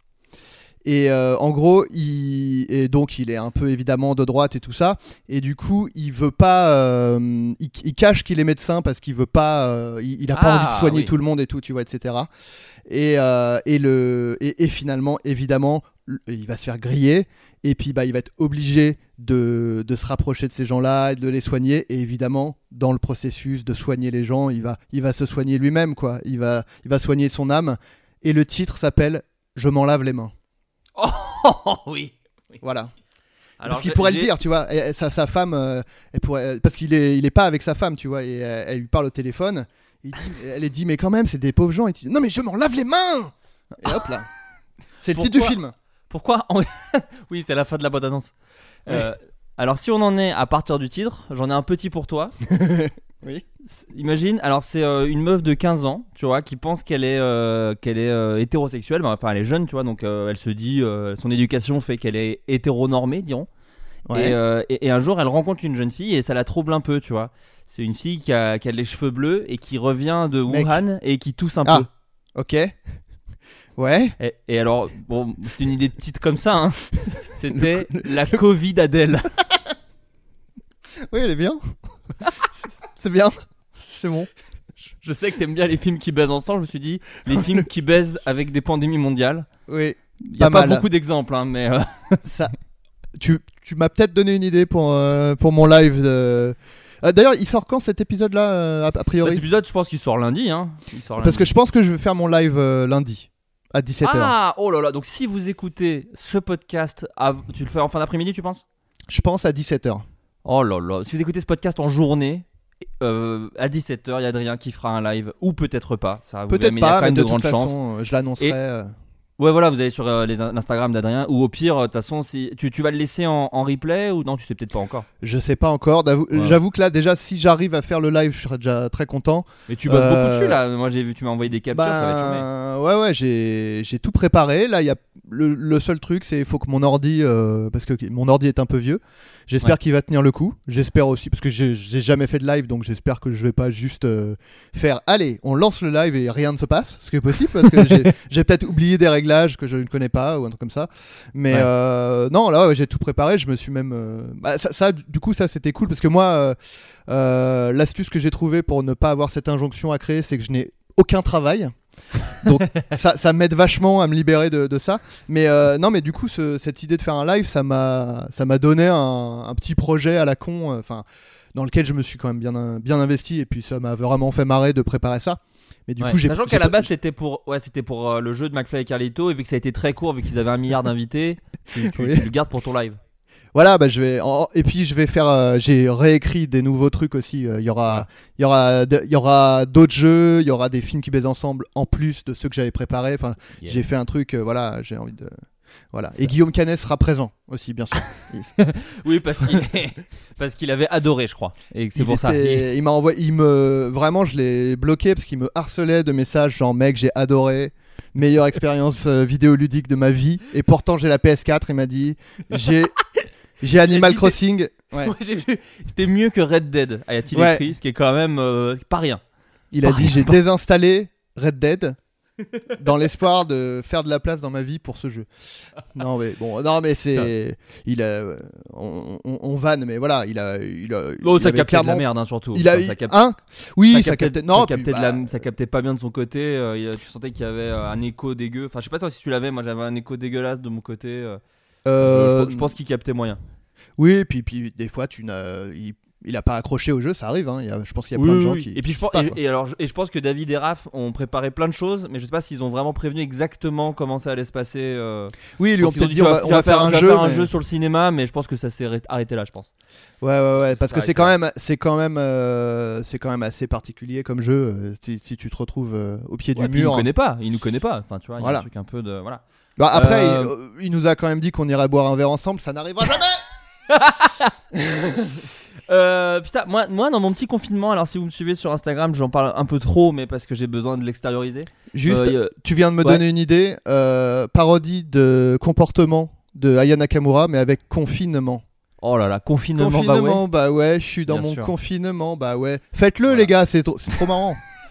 Et en gros, il est un peu évidemment de droite et tout ça. Et du coup, il veut pas. Il cache qu'il est médecin parce qu'il veut pas. Il a pas envie de soigner tout le monde et tout, tu vois, etc. Et finalement, évidemment, il va se faire griller. Et puis, il va être obligé de se rapprocher de ces gens-là et de les soigner. Et évidemment, dans le processus de soigner les gens, il va se soigner lui-même, quoi. Il va soigner son âme. Et le titre s'appelle « Je m'en lave les mains ». Oui. Voilà. Alors, parce qu'il pourrait le dire, tu vois. Sa femme, parce qu'il est pas avec sa femme, tu vois. Et elle lui parle au téléphone. Elle dit, mais quand même, c'est des pauvres gens. Et il dit, non, mais je m'en lave les mains. Et hop là. C'est le titre du film. Pourquoi Oui, c'est la fin de la bande-annonce. Alors, si on en est à partir du titre, j'en ai un petit pour toi. Oui. Imagine, alors c'est une meuf de 15 ans, tu vois, qui pense qu'elle est hétérosexuelle, enfin elle est jeune, tu vois, donc elle se dit, son éducation fait qu'elle est hétéronormée, dirons. Ouais. Et un jour, elle rencontre une jeune fille et ça la trouble un peu, tu vois. C'est une fille qui a les cheveux bleus et qui revient de Wuhan et qui tousse un peu. Ok. Ouais. Et alors, bon, c'est une idée de titre comme ça, hein. C'était la Covid Adèle. Oui, elle est bien. C'est bien. C'est bon. Je sais que t'aimes bien les films qui baisent ensemble. Je me suis dit, les films qui baisent avec des pandémies mondiales. Oui. Il n'y a pas beaucoup d'exemples, hein, mais... Ça... Tu m'as peut-être donné une idée pour mon live. D'ailleurs, il sort quand cet épisode-là, a priori ? Cet épisode, je pense qu'il sort lundi. Hein. Parce que je pense que je vais faire mon live lundi. À 17h. Ah, oh là là, donc si vous écoutez ce podcast, tu le fais en fin d'après-midi, tu penses ? Je pense à 17h. Oh là là, si vous écoutez ce podcast en journée, à 17h, il y a Adrien qui fera un live, ou peut-être pas. Ça, peut-être pas, mais de toute façon, je l'annoncerai. Ouais, voilà, vous allez sur l'Instagram d'Adrien, ou au pire, de toute façon, si tu vas le laisser en replay, ou non, tu sais peut-être pas encore. Je sais pas encore. J'avoue que là, déjà, si j'arrive à faire le live, je serais déjà très content. Mais tu bosses beaucoup dessus, là. Moi, j'ai vu, tu m'as envoyé des captures, ça va être chambé. Ouais, j'ai tout préparé. Là, il y a le seul truc, c'est qu'il faut que mon ordi, parce que mon ordi est un peu vieux. J'espère qu'il va tenir le coup. J'espère aussi, parce que j'ai jamais fait de live, donc j'espère que je vais pas juste faire. Allez, on lance le live et rien ne se passe, ce qui est possible, parce que j'ai peut-être oublié des règles que je ne connais pas ou un truc comme ça, mais non, là j'ai tout préparé. Je me suis même du coup ça c'était cool parce que moi l'astuce que j'ai trouvée pour ne pas avoir cette injonction à créer, c'est que je n'ai aucun travail. Donc ça m'aide vachement à me libérer de ça, mais non, mais du coup cette idée de faire un live, ça m'a donné un petit projet à la con, dans lequel je me suis quand même bien investi, et puis ça m'a vraiment fait marrer de préparer ça. Mais du coup, sachant qu'à la base c'était pour le jeu de McFly et Carlito, et vu que ça a été très court, vu qu'ils avaient 1 milliard d'invités, tu le gardes pour ton live. Voilà, et puis je vais faire. J'ai réécrit des nouveaux trucs aussi. Il y aura d'autres jeux, il y aura des films qui baisent ensemble en plus de ceux que j'avais préparés. Enfin, j'ai fait un truc. Voilà, j'ai envie de. Voilà. Et Guillaume Canet sera présent aussi, bien sûr. Oui, parce qu'il avait adoré, je crois. Et c'est pour ça. Il m'a envoyé. Vraiment, je l'ai bloqué parce qu'il me harcelait de messages genre mec, j'ai adoré. Meilleure expérience vidéoludique de ma vie. Et pourtant, j'ai la PS4. Il m'a dit j'ai Animal Crossing. Ouais. J'ai vu. C'était mieux que Red Dead, a-t-il écrit, ce qui est quand même pas rien. Il a dit j'ai désinstallé Red Dead dans l'espoir de faire de la place dans ma vie pour ce jeu. Non mais c'est on vanne, mais voilà, il a ça captait clairement... de la merde, hein, surtout. Ça captait pas bien de son côté. Tu sentais qu'il y avait un écho dégueu. Enfin, je sais pas toi si tu l'avais, moi j'avais un écho dégueulasse de mon côté. Je pense qu'il captait moyen. Oui, et puis des fois Il a pas accroché au jeu, ça arrive. Hein. Je pense qu'il y a plein de gens qui. Et puis je pense que David et Raph ont préparé plein de choses, mais je sais pas s'ils ont vraiment prévenu exactement comment ça allait se passer. Oui, ils lui ont peut-être dit on va faire un jeu sur le cinéma, mais je pense que ça s'est arrêté là, je pense. Ouais, parce que c'est quand même assez particulier comme jeu. Si tu te retrouves au pied du mur. Il nous connaît pas. Enfin, tu vois, il y a un truc un peu de voilà. Bah, après, il nous a quand même dit qu'on irait boire un verre ensemble, ça n'arrivera jamais. Putain, moi dans mon petit confinement, alors si vous me suivez sur Instagram, j'en parle un peu trop, mais parce que j'ai besoin de l'extérioriser. Juste, tu viens de me donner une idée, parodie de comportement de Aya Nakamura, mais avec confinement. Oh là là, confinement, bah ouais, je suis dans mon confinement, bah ouais. Faites-le les gars, c'est trop marrant.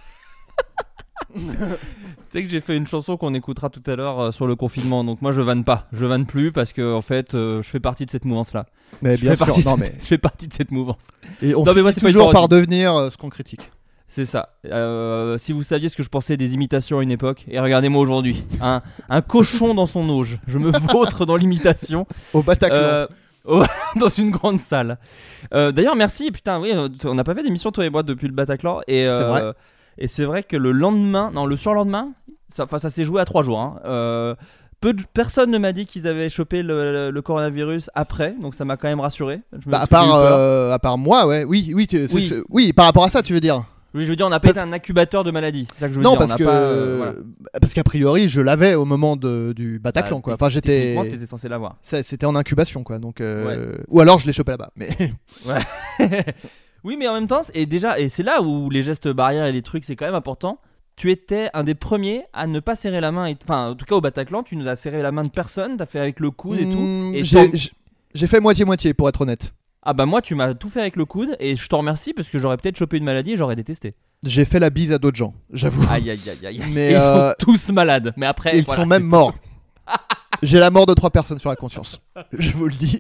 Tu sais que j'ai fait une chanson qu'on écoutera tout à l'heure sur le confinement, donc moi je vanne plus parce que en fait je fais partie de cette mouvance là. Mais bien sûr, je fais partie de cette mouvance. Et on finit toujours par devenir ce qu'on critique. C'est ça. Si vous saviez ce que je pensais des imitations à une époque, et regardez-moi aujourd'hui, un cochon dans son auge, je me vautre dans l'imitation. Au Bataclan. Dans une grande salle. D'ailleurs merci, putain oui, on n'a pas fait d'émission toi et moi depuis le Bataclan et c'est vrai. Et c'est vrai que le surlendemain, ça s'est joué à 3 jours. Hein. Personne ne m'a dit qu'ils avaient chopé le coronavirus après, donc ça m'a quand même rassuré. À part moi, ouais. Oui, par rapport à ça, tu veux dire. Oui, je veux dire, on n'a pas été un incubateur de maladie. C'est ça que je veux dire. Non, parce qu'a priori, je l'avais au moment du Bataclan, quoi. Enfin, t'étais censé l'avoir. C'était en incubation, quoi. Donc, ou alors je l'ai chopé là-bas. Mais. Ouais. Oui, mais en même temps, et c'est là où les gestes barrières et les trucs, c'est quand même important. Tu étais un des premiers à ne pas serrer la main. Enfin, en tout cas, au Bataclan, tu nous as serré la main de personne. T'as fait avec le coude et tout. Et j'ai fait moitié-moitié, pour être honnête. Ah bah moi, tu m'as tout fait avec le coude. Et je t'en remercie parce que j'aurais peut-être chopé une maladie et j'aurais détesté. J'ai fait la bise à d'autres gens, j'avoue. Aïe. Mais ils sont tous malades. Mais après, ils sont même morts. J'ai la mort de 3 personnes sur la conscience. Je vous le dis.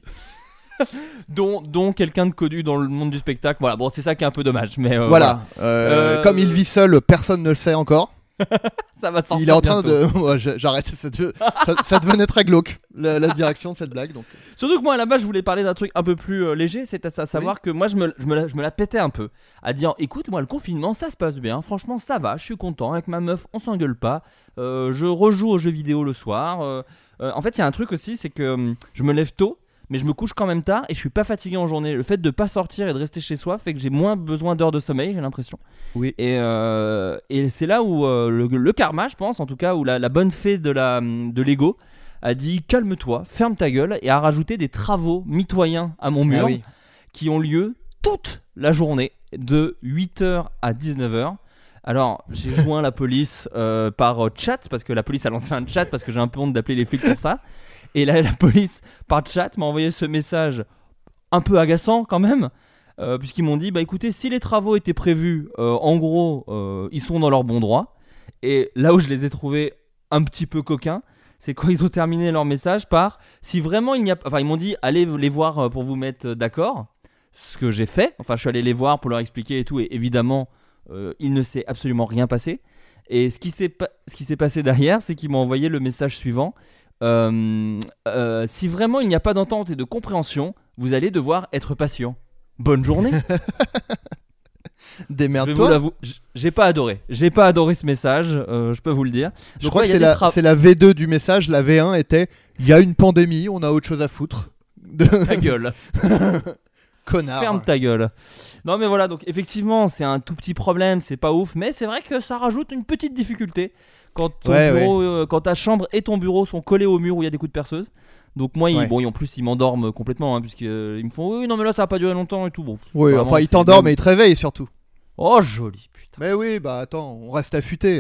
dont quelqu'un de connu dans le monde du spectacle. Voilà, bon, c'est ça qui est un peu dommage, mais voilà. Comme il vit seul, personne ne le sait encore. Ça va sortir. Il est en train bientôt. j'arrête. Ça devenait très glauque la direction de cette blague. Donc. Surtout que moi à la base je voulais parler d'un truc un peu plus léger, c'est à savoir que moi je me la pétais un peu à dire écoute moi le confinement ça se passe bien, franchement ça va, je suis content avec ma meuf, on s'engueule pas, je rejoue aux jeux vidéo le soir. En fait il y a un truc aussi, c'est que je me lève tôt. Mais je me couche quand même tard et je suis pas fatigué en journée. Le fait de pas sortir et de rester chez soi fait que j'ai moins besoin d'heures de sommeil, j'ai l'impression. Oui. Et c'est là où le karma, je pense, en tout cas, où la bonne fée de l'ego a dit calme-toi, ferme ta gueule, et a rajouté des travaux mitoyens à mon mur qui ont lieu toute la journée de 8h à 19h. Alors, j'ai joint la police par chat, parce que la police a lancé un chat, parce que j'ai un peu honte d'appeler les flics pour ça. Et là, la police, par chat, m'a envoyé ce message un peu agaçant quand même, puisqu'ils m'ont dit, bah écoutez, si les travaux étaient prévus, en gros, ils sont dans leur bon droit. Et là où je les ai trouvés un petit peu coquins, c'est quand ils ont terminé leur message par, si vraiment il n'y a... Enfin, ils m'ont dit, allez les voir pour vous mettre d'accord, ce que j'ai fait. Enfin, je suis allé les voir pour leur expliquer et tout, et évidemment, il ne s'est absolument rien passé. Et ce qui s'est passé derrière, c'est qu'ils m'ont envoyé le message suivant. Si vraiment il n'y a pas d'entente et de compréhension, vous allez devoir être patient. Bonne journée. Démerde-toi. J'ai pas adoré ce message, je peux vous le dire. Je Donc, crois que c'est la V2 du message. La V1 était il y a une pandémie, on a autre chose à foutre. Ta gueule. Connard. Ferme ta gueule. Non mais voilà, donc effectivement c'est un tout petit problème, c'est pas ouf, mais c'est vrai que ça rajoute une petite difficulté quand ton bureau, quand ta chambre et ton bureau sont collés au mur où il y a des coups de perceuse. Donc moi, en plus ils m'endorment complètement, hein, puisqu'ils me font oui non mais là ça va pas durer longtemps et tout. Bon. Oui, vraiment, enfin ils t'endorment mais ils te réveillent surtout. Oh joli putain. Mais oui bah attends, on reste affûté.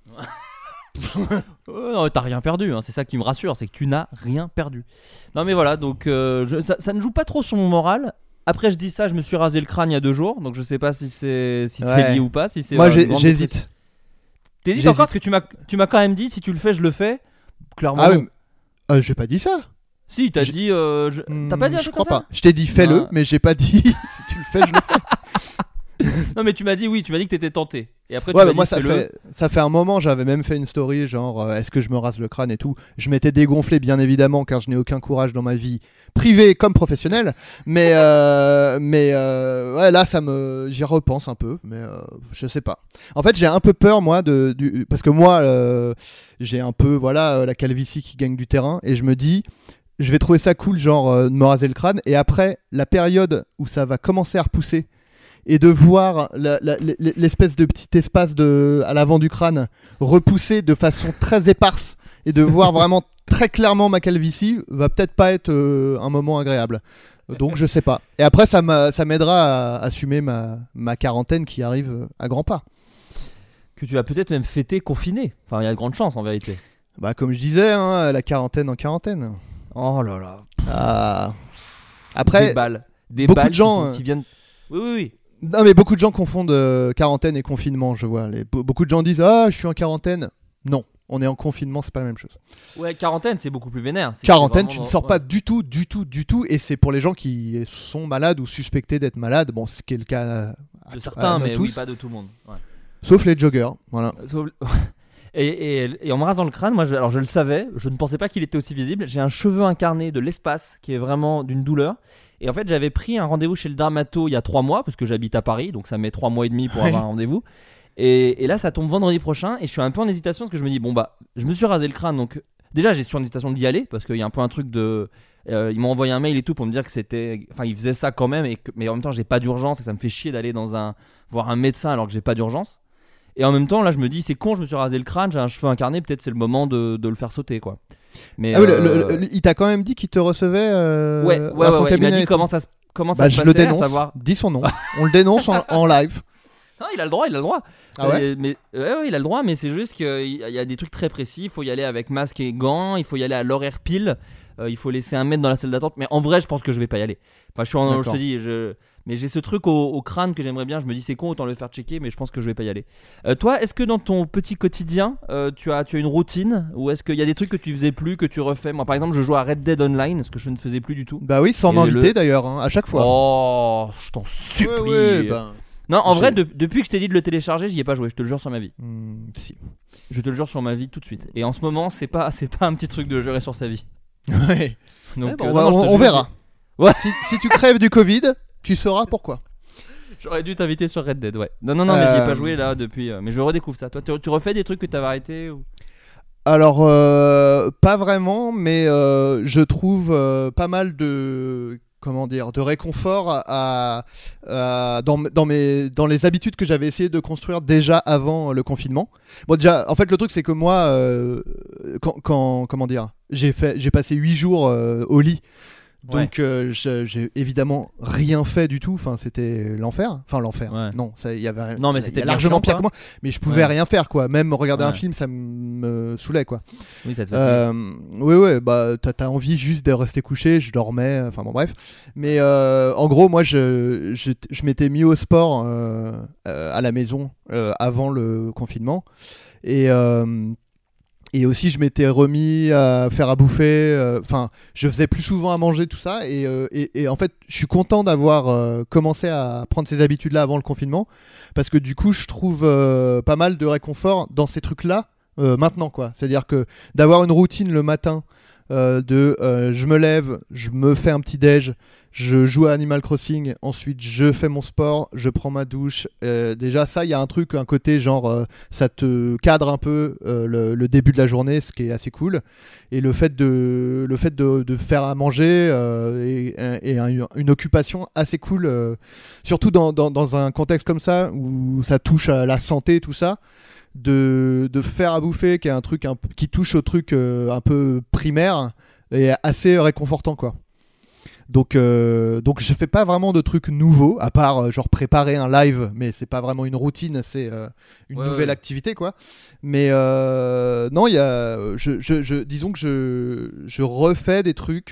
Non, t'as rien perdu, hein. C'est ça qui me rassure, c'est que tu n'as rien perdu. Non mais voilà, donc ça ne joue pas trop sur mon moral. Après je dis ça, je me suis rasé le crâne il y a 2 jours, donc je sais pas si c'est lié ou pas. Si c'est moi j'hésite. T'hésites encore parce que tu m'as quand même dit si tu le fais je le fais. Clairement. Ah oui, j'ai pas dit ça. Si t'as dit, t'as pas dit un je truc crois comme ça. pas. Je t'ai dit fais-le, mais j'ai pas dit si tu le fais je le fais. Non, mais tu m'as dit que t'étais tenté. Et après, Ouais, tu m'as bah, moi dit, ça fait un moment, j'avais même fait une story genre est-ce que je me rase le crâne et tout. Je m'étais dégonflé bien évidemment car je n'ai aucun courage dans ma vie privée comme professionnelle. Mais ouais, là j'y repense un peu, mais je sais pas. En fait, j'ai un peu peur moi parce que moi j'ai un peu la calvitie qui gagne du terrain et je me dis je vais trouver ça cool genre de me raser le crâne et après la période où ça va commencer à repousser et de voir l'espèce de petit espace à l'avant du crâne repousser de façon très éparse et de voir vraiment très clairement ma calvitie va peut-être pas être un moment agréable. Donc je sais pas. Et après ça m'aidera à assumer ma quarantaine qui arrive à grands pas. que tu vas peut-être même fêter confiné. Enfin, il y a de grandes chances en vérité. Bah comme je disais, hein, la quarantaine en quarantaine. Oh là là. Ah. Après, des beaucoup balles de gens qui viennent. Oui. Non mais beaucoup de gens confondent quarantaine et confinement, je vois. Beaucoup de gens disent je suis en quarantaine. Non, on est en confinement, c'est pas la même chose. Ouais, quarantaine c'est beaucoup plus vénère. Quarantaine, tu ne sors pas du tout, et c'est pour les gens qui sont malades ou suspectés d'être malades. Bon, ce qui est le cas de certains, mais tous. oui, pas de tout le monde. Ouais. Sauf les joggers, voilà. Et en me rasant le crâne, moi, alors je le savais, je ne pensais pas qu'il était aussi visible. J'ai un cheveu incarné de l'espace qui est vraiment d'une douleur. Et en fait, j'avais pris un rendez-vous chez le dermato il y a 3 mois parce que j'habite à Paris, donc ça met 3 mois et demi pour avoir un rendez-vous. Et là, ça tombe vendredi prochain et je suis un peu en hésitation parce que je me dis je me suis rasé le crâne, donc déjà j'ai sur une hésitation d'y aller parce qu'il y a un peu un truc de ils m'ont envoyé un mail et tout pour me dire que ils faisaient ça quand même mais en même temps j'ai pas d'urgence et ça me fait chier d'aller voir un médecin alors que j'ai pas d'urgence. Et en même temps là je me dis c'est con, je me suis rasé le crâne, j'ai un cheveu incarné, peut-être c'est le moment de le faire sauter quoi. Mais il t'a quand même dit qu'il te recevait ouais, dans son cabinet. Il m'a dit comment ça se je le dénonce, à savoir... dis son nom. On le dénonce en live. Non, il a le droit. Ah ouais mais il a le droit, mais c'est juste qu'il y a des trucs très précis. Il faut y aller avec masque et gants. Il faut y aller à l'horaire pile. Il faut laisser 1 mètre dans la salle d'attente. Mais en vrai, je pense que je vais pas y aller. Enfin, je te dis, mais j'ai ce truc au crâne que j'aimerais bien. Je me dis, c'est con, autant le faire checker, mais je pense que je vais pas y aller. Toi, est-ce que dans ton petit quotidien, tu as une routine ou est-ce qu'il y a des trucs que tu faisais plus, que tu refais? Moi, par exemple, je joue à Red Dead Online, ce que je ne faisais plus du tout. Bah oui, sans m'inviter d'ailleurs, hein, à chaque fois. Oh, je t'en supplie. Non, en vrai, depuis que je t'ai dit de le télécharger, j'y ai pas joué, je te le jure sur ma vie. Si. Je te le jure sur ma vie tout de suite. Et en ce moment, c'est pas un petit truc de jurer sur sa vie. Ouais. Donc, on verra. Ouais. Si tu crèves du Covid, tu sauras pourquoi. J'aurais dû t'inviter sur Red Dead, ouais. Non, mais j'y ai pas joué là depuis. Mais je redécouvre ça. Toi, tu refais des trucs que t'avais arrêté ou... Alors, pas vraiment, mais je trouve pas mal de réconfort dans les habitudes que j'avais essayé de construire déjà avant le confinement. Bon, déjà, en fait, le truc c'est que moi, j'ai passé 8 jours au lit. Donc j'ai évidemment rien fait du tout. Enfin, c'était l'enfer. Enfin, l'enfer. Ouais. Non, il y avait. Non, mais c'était largement pire quoi. que moi. Mais je pouvais rien faire, quoi. Même regarder un film, ça me saoulait, quoi. Oui, ça te fatigue. Oui. Bah, t'as envie juste de rester couché. Je dormais. Enfin bon, bref. Mais en gros, moi, je m'étais mis au sport à la maison avant le confinement. Et aussi je m'étais remis à faire à bouffer, enfin je faisais plus souvent à manger, tout ça, et en fait je suis content d'avoir commencé à prendre ces habitudes là avant le confinement, parce que du coup je trouve pas mal de réconfort dans ces trucs là maintenant, quoi. C'est à dire que d'avoir une routine le matin, je me lève, je me fais un petit déj, je joue à Animal Crossing, ensuite je fais mon sport, je prends ma douche. Déjà ça, il y a un côté genre ça te cadre un peu le début de la journée, ce qui est assez cool. Et le fait de faire à manger est une occupation assez cool, surtout dans un contexte comme ça où ça touche à la santé, tout ça. De faire à bouffer, qui est un truc qui touche au truc un peu primaire, et assez réconfortant, quoi. Donc je fais pas vraiment de trucs nouveaux, à part genre préparer un live, mais c'est pas vraiment une routine, c'est une nouvelle activité, quoi. Mais non, il y a, disons que je refais des trucs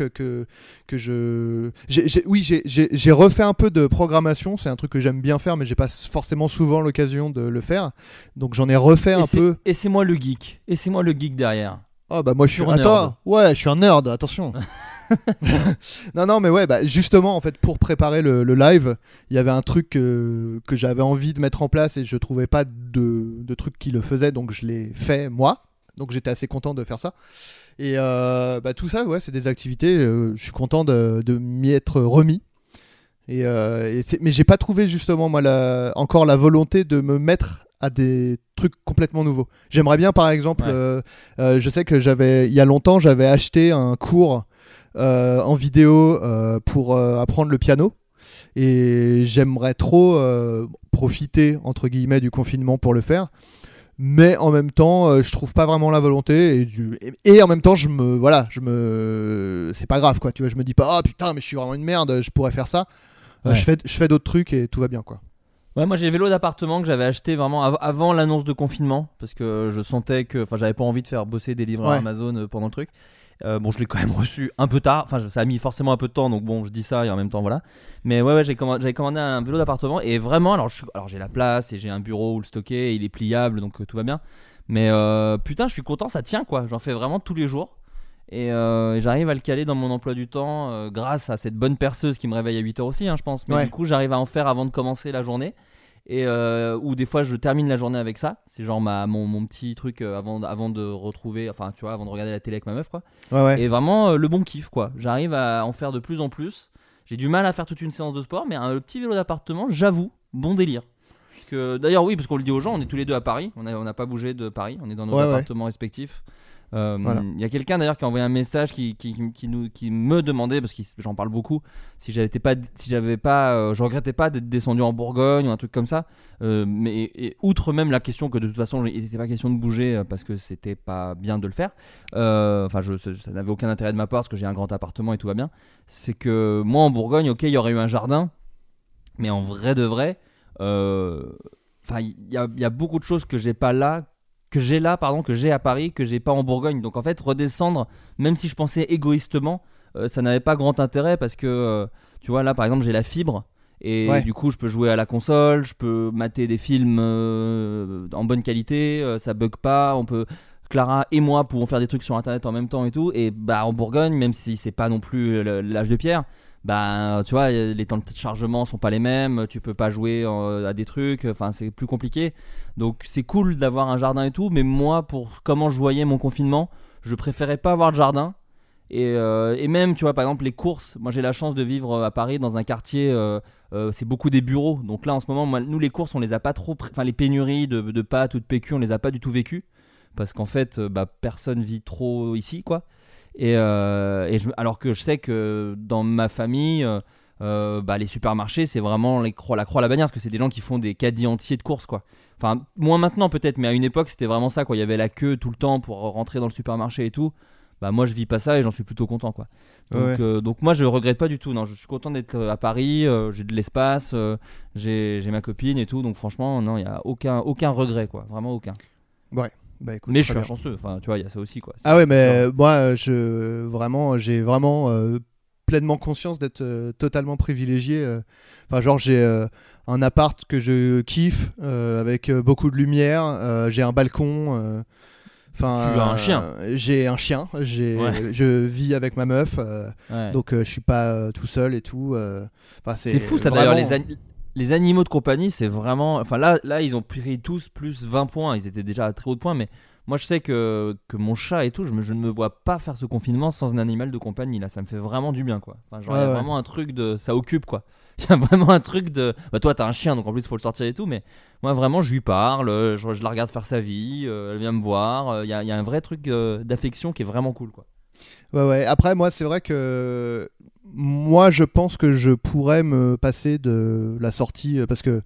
j'ai refait un peu de programmation. C'est un truc que j'aime bien faire, mais j'ai pas forcément souvent l'occasion de le faire. Donc j'en ai refait un peu. Et c'est moi le geek. Derrière. Ah bah moi je suis un nerd, attention. Non, mais ouais, justement, en fait, pour préparer le live, il y avait un truc que j'avais envie de mettre en place et je trouvais pas de truc qui le faisait, donc je l'ai fait moi. Donc j'étais assez content de faire ça. Et tout ça, ouais, c'est des activités. Je suis content de m'y être remis. Mais j'ai pas trouvé justement moi encore la volonté de me mettre à des trucs complètement nouveaux. J'aimerais bien, par exemple, je sais que il y a longtemps, j'avais acheté un cours en vidéo pour apprendre le piano. Et j'aimerais trop profiter entre guillemets du confinement pour le faire. Mais en même temps, je trouve pas vraiment la volonté et en même temps, c'est pas grave quoi. Tu vois, je me dis pas, oh putain, mais je suis vraiment une merde, je pourrais faire ça. Je fais d'autres trucs et tout va bien quoi. Ouais, moi j'ai le vélo d'appartement que j'avais acheté vraiment avant l'annonce de confinement parce que je sentais que, j'avais pas envie de faire bosser des livreurs Amazon pendant le truc. Je l'ai quand même reçu un peu tard, ça a mis forcément un peu de temps, donc bon, je dis ça et en même temps voilà. Mais j'avais commandé un vélo d'appartement et vraiment, alors j'ai la place et j'ai un bureau où le stocker, et il est pliable donc tout va bien. Mais putain, je suis content, ça tient quoi. J'en fais vraiment tous les jours et j'arrive à le caler dans mon emploi du temps grâce à cette bonne perceuse qui me réveille à 8h aussi, je pense. Mais du coup, j'arrive à en faire avant de commencer la journée. Et ou des fois je termine la journée avec ça, c'est genre mon petit truc avant de retrouver, tu vois, avant de regarder la télé avec ma meuf quoi. Et vraiment le bon kiff quoi, j'arrive à en faire de plus en plus. J'ai du mal à faire toute une séance de sport, mais le petit vélo d'appartement, j'avoue, bon délire. D'ailleurs oui, parce qu'on le dit aux gens, on est tous les deux à Paris, on n'a pas bougé de Paris, on est dans nos appartements respectifs. Y a quelqu'un d'ailleurs qui a envoyé un message qui me demandait, parce que j'en parle beaucoup, si je regrettais pas d'être descendu en Bourgogne ou un truc comme ça, mais outre même la question que de toute façon il n'était pas question de bouger parce que c'était pas bien de le faire, ça n'avait aucun intérêt de ma part parce que j'ai un grand appartement et tout va bien. C'est que moi en Bourgogne, ok, il y aurait eu un jardin, mais en vrai de vrai, il y a beaucoup de choses que j'ai à Paris, que j'ai pas en Bourgogne. Donc en fait, redescendre, même si je pensais égoïstement, ça n'avait pas grand intérêt parce que, tu vois, là par exemple, j'ai la fibre et du coup, je peux jouer à la console, je peux mater des films en bonne qualité, ça bug pas, Clara et moi pouvons faire des trucs sur internet en même temps et tout. Et en Bourgogne, même si c'est pas non plus l'âge de pierre, tu vois, les temps de chargement sont pas les mêmes, tu peux pas jouer à des trucs, c'est plus compliqué. Donc c'est cool d'avoir un jardin et tout, mais moi, pour comment je voyais mon confinement, je préférais pas avoir de jardin. Et même, tu vois, par exemple, les courses, moi j'ai la chance de vivre à Paris dans un quartier, c'est beaucoup des bureaux. Donc là, en ce moment, nous les courses, on les a pas trop, les pénuries de pâtes ou de PQ, on les a pas du tout vécues. Parce qu'en fait, personne vit trop ici, quoi. Alors que je sais que dans ma famille, les supermarchés, c'est vraiment la croix à la bannière, parce que c'est des gens qui font des caddies entiers de courses, quoi. Enfin, moins maintenant peut-être, mais à une époque, c'était vraiment ça, quoi. Il y avait la queue tout le temps pour rentrer dans le supermarché et tout. Moi, je vis pas ça et j'en suis plutôt content, quoi. Donc moi, je regrette pas du tout. Non, je suis content d'être à Paris. J'ai de l'espace, j'ai ma copine et tout. Donc franchement, non, il y a aucun regret, quoi. Vraiment aucun. Ouais. Écoute, mais je suis un chanceux, tu vois, il y a ça aussi quoi. Mais moi j'ai vraiment pleinement conscience d'être totalement privilégié. J'ai un appart que je kiffe avec beaucoup de lumière, j'ai un balcon. Tu as un chien. J'ai un chien, je vis avec ma meuf, donc je suis pas tout seul et tout. C'est fou ça vraiment... d'ailleurs, les animaux de compagnie, c'est vraiment... Là, ils ont pris tous plus 20 points. Ils étaient déjà à très haut de points. Mais moi, je sais que mon chat et tout, je ne me vois pas faire ce confinement sans un animal de compagnie. Là, ça me fait vraiment du bien, quoi. Il y a vraiment un truc de... Ça occupe, quoi. Il y a vraiment un truc de... toi, t'as un chien, donc en plus, il faut le sortir et tout. Mais moi, vraiment, je lui parle. Je la regarde faire sa vie. Elle vient me voir. Il y a un vrai truc d'affection qui est vraiment cool, quoi. Ouais. Après, moi, c'est vrai que... Moi, je pense que je pourrais me passer de la sortie parce que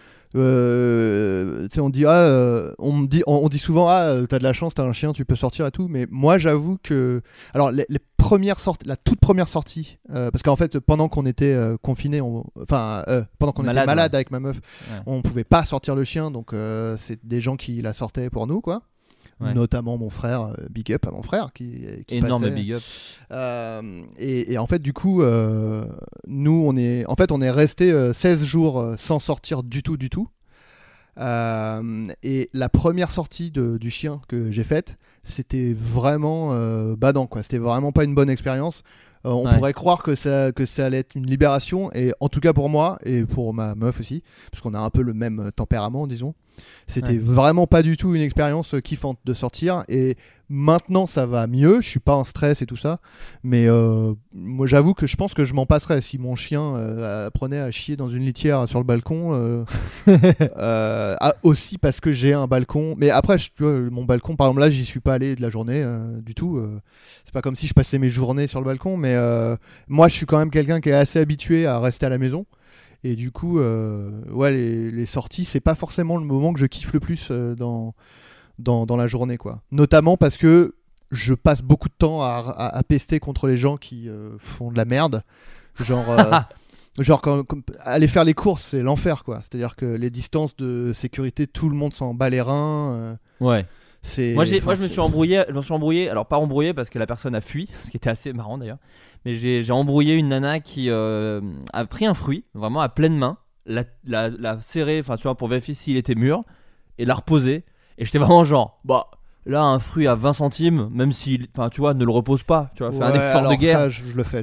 on dit souvent t'as de la chance, t'as un chien, tu peux sortir et tout. Mais moi, j'avoue que alors les premières sorties, la toute première sortie, parce qu'en fait, pendant qu'on était confinés, pendant qu'on était malade avec ma meuf, on pouvait pas sortir le chien, donc c'est des gens qui la sortaient pour nous, quoi. Notamment mon frère, big up à mon frère qui énorme passait. Big up. Et en fait du coup nous on est resté 16 jours sans sortir du tout. Et la première sortie du chien que j'ai faite, c'était vraiment badant, quoi. C'était vraiment pas une bonne expérience. On pourrait croire que ça allait être une libération, et en tout cas pour moi et pour ma meuf aussi, parce qu'on a un peu le même tempérament, disons. C'était vraiment pas du tout une expérience kiffante de sortir, et maintenant ça va mieux, je suis pas en stress et tout ça, mais moi j'avoue que je pense que je m'en passerais si mon chien apprenait à chier dans une litière sur le balcon, aussi parce que j'ai un balcon, mais après tu vois, mon balcon par exemple là j'y suis pas allé de la journée du tout, c'est pas comme si je passais mes journées sur le balcon, mais moi je suis quand même quelqu'un qui est assez habitué à rester à la maison. Et du coup, les sorties, c'est pas forcément le moment que je kiffe le plus dans la journée, quoi. Notamment parce que je passe beaucoup de temps à pester contre les gens qui font de la merde. Genre quand aller faire les courses, c'est l'enfer, quoi. C'est-à-dire que les distances de sécurité, tout le monde s'en bat les reins. Moi je me suis embrouillé, alors pas embrouillé parce que la personne a fui, ce qui était assez marrant d'ailleurs, mais j'ai embrouillé une nana qui a pris un fruit, vraiment à pleine main, l'a serré, enfin tu vois, pour vérifier s'il était mûr, et l'a reposé, et j'étais vraiment genre, bah là un fruit à 20 centimes, même si, enfin tu vois, ne le repose pas, tu vois, fais un effort de guerre. Ça, je le fais.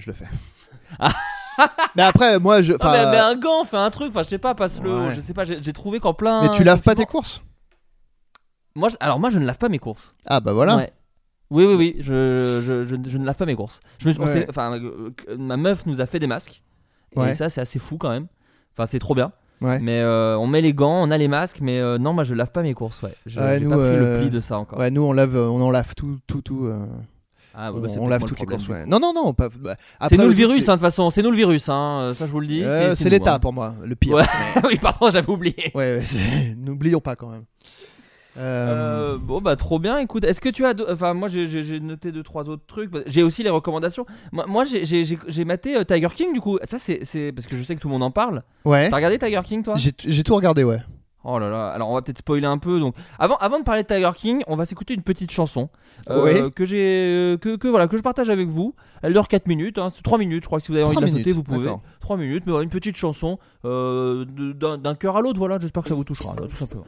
Mais après, moi mais un gant, fais un truc, enfin je sais pas, passe-le, je sais pas, j'ai trouvé qu'en plein. Mais tu laves pas tes courses ? Moi, je ne lave pas mes courses. Ah bah voilà. Ouais. Oui, je ne lave pas mes courses. Ma meuf nous a fait des masques. Et ça, c'est assez fou quand même. Enfin, c'est trop bien. Ouais. Mais on met les gants, on a les masques, mais non, moi je lave pas mes courses. Ouais. J'ai pas pris le pli de ça encore. Ouais, nous on en lave tout. On lave toutes les courses. Ouais. Non. Pas, après, c'est nous le virus, de toute façon. C'est nous le virus, ça je vous le dis. C'est l'État pour moi, le pire. Ouais. Oui, pardon, j'avais oublié. N'oublions pas quand même. Bon bah trop bien, écoute, est-ce que tu as enfin moi j'ai noté 2-3 autres trucs, j'ai aussi les recommandations. Moi j'ai maté Tiger King, du coup ça c'est parce que je sais que tout le monde en parle. Ouais. T'as regardé Tiger King toi? J'ai tout regardé, ouais. Oh là là, alors on va peut-être spoiler un peu, donc avant de parler de Tiger King, on va s'écouter une petite chanson que je partage avec vous. Elle dure 4 minutes, hein, 3 minutes, je crois que si vous avez envie de la sauter vous pouvez. 3 minutes, mais une petite chanson d'un cœur à l'autre, voilà, j'espère que ça vous touchera, tout simplement.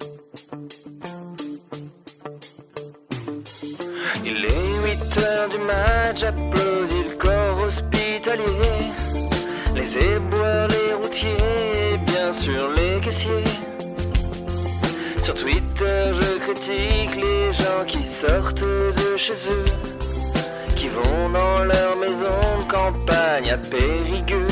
Il est 8h du mat', j'applaudis le corps hospitalier, les éboueurs, les routiers, et bien sûr les caissiers. Sur Twitter je critique les gens qui sortent de chez eux, qui vont dans leur maison de campagne à Périgueux.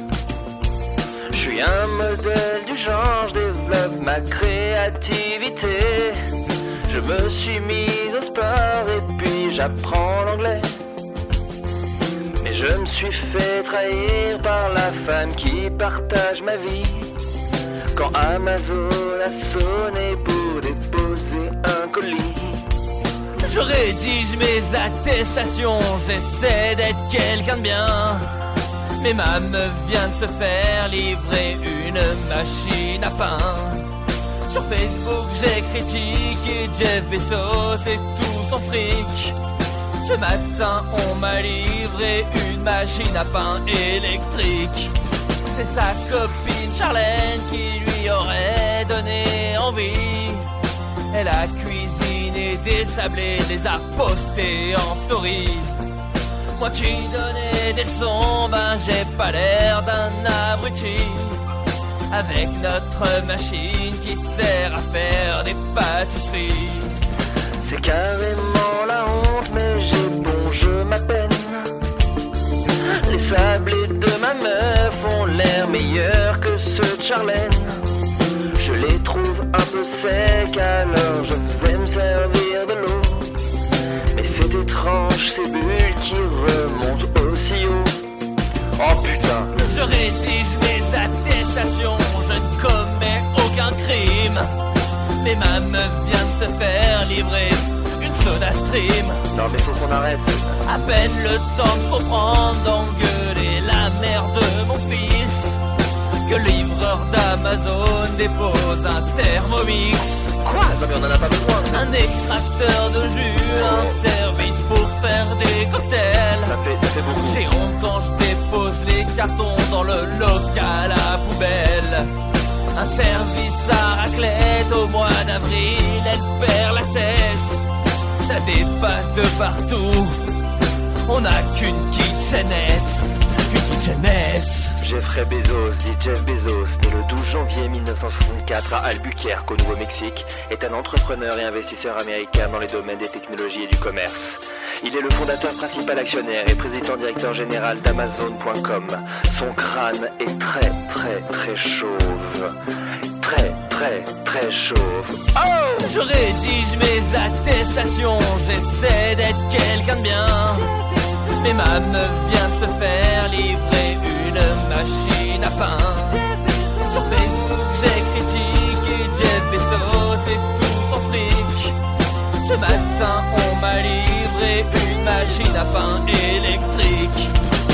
Je suis un modèle du genre, je développe ma créativité. Je me suis mise au sport et puis j'apprends l'anglais. Mais je me suis fait trahir par la femme qui partage ma vie. Quand Amazon a sonné pour déposer un colis, je rédige mes attestations, j'essaie d'être quelqu'un de bien. Mais ma meuf vient de se faire livrer une machine à pain. Sur Facebook j'ai critiqué Jeff Bezos et tout son fric. Ce matin on m'a livré une machine à pain électrique. C'est sa copine Charlène qui lui aurait donné envie. Elle a cuisiné des sablés, les a postés en story. Moi qui donnais des leçons, j'ai pas l'air d'un abruti. Avec notre machine qui sert à faire des pâtisseries. C'est carrément la honte, mais j'ai bon jeu ma peine. Les sablés de ma meuf ont l'air meilleurs que ceux de Charlène. Je les trouve un peu secs, alors je vais me servir de l'eau. Mais c'est étrange ces bulles qui remontent aussi haut. Oh putain. Je rédige mes attestations, je ne commets aucun crime. Mais ma meuf vient de se faire livrer une soda stream. Non mais faut qu'on arrête. À peine le temps de comprendre, d'engueuler la mère de mon fils, que le livreur d'Amazon dépose un Thermomix. Quoi? Non mais on en a pas besoin. Un extracteur de jus, un service pour faire des cocktails. Ça fait beaucoup. J'ai honte quand je dépose les cartons dans le local à poubelle. Un service à raclette, au passe de partout. On n'a qu'une kitchenette. Jeffrey Bezos, dit Jeff Bezos, né le 12 janvier 1964 à Albuquerque au Nouveau-Mexique, est un entrepreneur et investisseur américain dans les domaines des technologies et du commerce. Il est le fondateur principal actionnaire et président-directeur général d'Amazon.com. Son crâne est très chauve. Très chauve. Oh! Je rédige mes attestations, j'essaie d'être quelqu'un de bien. Mais ma meuf vient de se faire livrer une machine à pain. Sur Facebook j'ai critiqué Jeff Bezos et tout son fric. Ce matin on m'a livré une machine à pain électrique.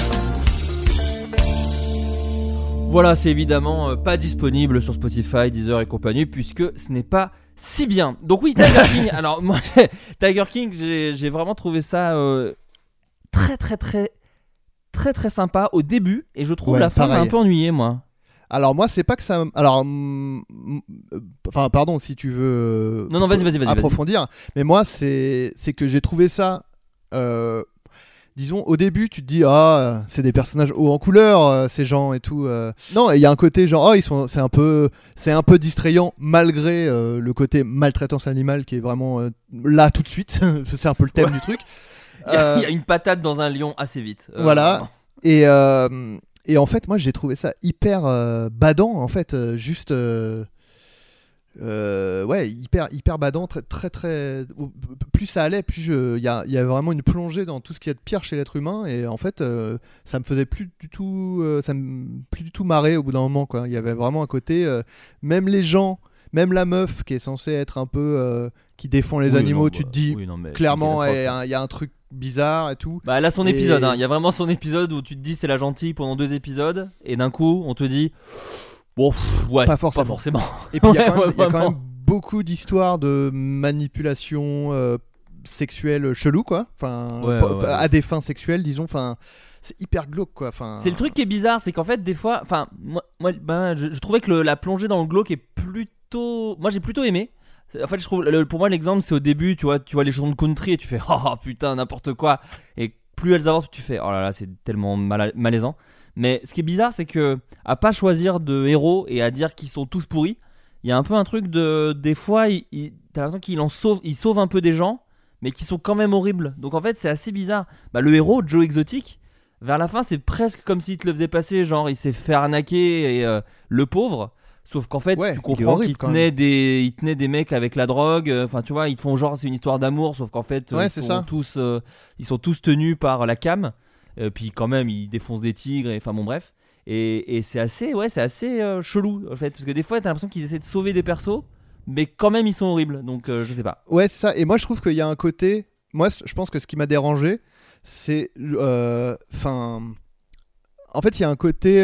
Voilà, c'est évidemment pas disponible sur Spotify, Deezer et compagnie, puisque ce n'est pas si bien. Donc oui, Tiger King. Alors moi, Tiger King, j'ai vraiment trouvé ça très sympa au début, et je trouve la fin m'a un peu ennuyé, moi. Alors moi, c'est pas que ça. Alors, enfin, pardon, si tu veux. Non, vas-y. Approfondir. Mais moi, c'est que j'ai trouvé ça. Disons, au début, tu te dis c'est des personnages hauts en couleur, ces gens et tout. Non, il y a un côté genre c'est un peu distrayant malgré le côté maltraitance animale qui est vraiment là tout de suite. C'est un peu le thème du truc. Il y a une patate dans un lion assez vite. Voilà. Et en fait, moi, j'ai trouvé ça hyper badant, en fait, juste. Hyper badant, très. Plus ça allait, plus il y a vraiment une plongée dans tout ce qu'il y a de pire chez l'être humain, et en fait, ça me faisait plus du tout marrer au bout d'un moment, quoi. Il y avait vraiment un côté, même les gens, même la meuf qui est censée être un peu qui défend les animaux, tu te dis clairement, il y a un truc bizarre et tout. Bah, elle a son épisode, il y a vraiment son épisode où tu te dis c'est la gentille pendant 2 épisodes, et d'un coup on te dit bon, pas forcément. Et puis il y a quand même beaucoup d'histoires de manipulation sexuelle chelou, quoi. Enfin, à des fins sexuelles, disons. Enfin, c'est hyper glauque, quoi. Enfin, c'est le truc qui est bizarre, c'est qu'en fait des fois, enfin, moi, je trouvais que la plongée dans le glauque est plutôt, moi j'ai plutôt aimé. En fait, je trouve, pour moi l'exemple c'est au début, tu vois les chansons de country et tu fais oh putain n'importe quoi, et plus elles avancent, tu fais oh là là c'est tellement malaisant. Mais ce qui est bizarre, c'est que à pas choisir de héros et à dire qu'ils sont tous pourris, il y a un peu un truc de des fois, t'as l'impression qu'il sauve un peu des gens, mais qui sont quand même horribles. Donc en fait, c'est assez bizarre. Bah, le héros, Joe Exotic, vers la fin, c'est presque comme s'il te le faisait passer, genre il s'est fait arnaquer et le pauvre. Sauf qu'en fait, tu comprends qu'il tenait des mecs avec la drogue. Enfin, tu vois, ils te font genre c'est une histoire d'amour, sauf qu'en fait, ils sont tous tenus par la cam. Puis quand même ils défoncent des tigres, enfin bon bref, et c'est assez chelou en fait, parce que des fois t'as l'impression qu'ils essaient de sauver des persos mais quand même ils sont horribles, donc je sais pas. Ouais, c'est ça. Et moi je trouve qu'il y a un côté, moi je pense que ce qui m'a dérangé c'est en fait il y a un côté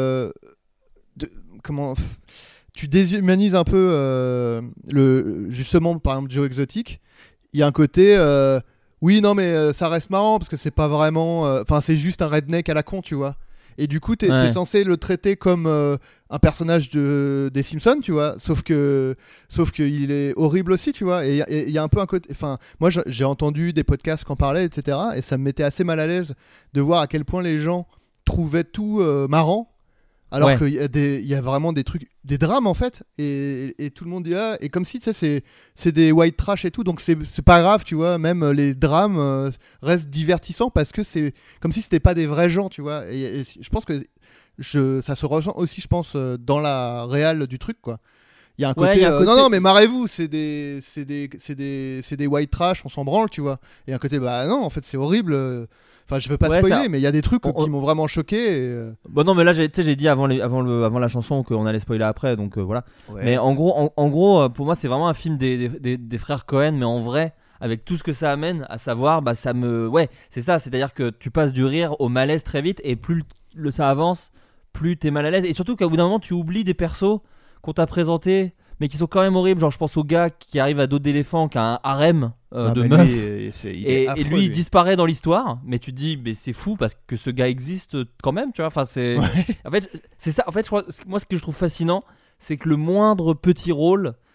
tu déshumanises un peu justement par exemple Joe Exotic. Il y a un côté oui, non, mais ça reste marrant parce que c'est pas vraiment. Enfin, c'est juste un redneck à la con, tu vois. Et du coup, t'es censé le traiter comme un personnage des Simpsons, tu vois. Sauf que il est horrible aussi, tu vois. Et il y a un peu un côté. Enfin, moi, j'ai entendu des podcasts qui en parlaient, etc. Et ça me mettait assez mal à l'aise de voir à quel point les gens trouvaient tout marrant. Alors qu'il y a vraiment des trucs, des drames en fait, et tout le monde dit et comme si tu sais c'est des white trash et tout, donc c'est pas grave, tu vois, même les drames restent divertissants parce que c'est comme si c'était pas des vrais gens, tu vois, et je pense que ça se ressent aussi, je pense, dans la réal du truc, quoi. Il y a un côté, non mais marrez-vous, c'est des white trash, on s'en branle, tu vois, et un côté bah non en fait c'est horrible. Enfin, je veux pas spoiler, mais il y a des trucs qui m'ont vraiment choqué. Bon, non, mais là, j'ai dit avant la chanson qu'on allait spoiler après, donc voilà. Ouais. Mais en gros, pour moi, c'est vraiment un film des frères Cohen, mais en vrai, avec tout ce que ça amène, à savoir, bah, c'est ça, c'est-à-dire que tu passes du rire au malaise très vite, et plus ça avance, plus t'es mal à l'aise, et surtout qu'au bout d'un moment, tu oublies des persos qu'on t'a présentés, mais qui sont quand même horribles. Genre, je pense au gars qui arrive à dos d'éléphant, qui a un harem de meufs, et lui il disparaît dans l'histoire, mais tu te dis mais c'est fou parce que ce gars existe quand même, tu vois. Enfin, en fait c'est ça. En fait, moi ce que je trouve fascinant, c'est que le moindre petit rôle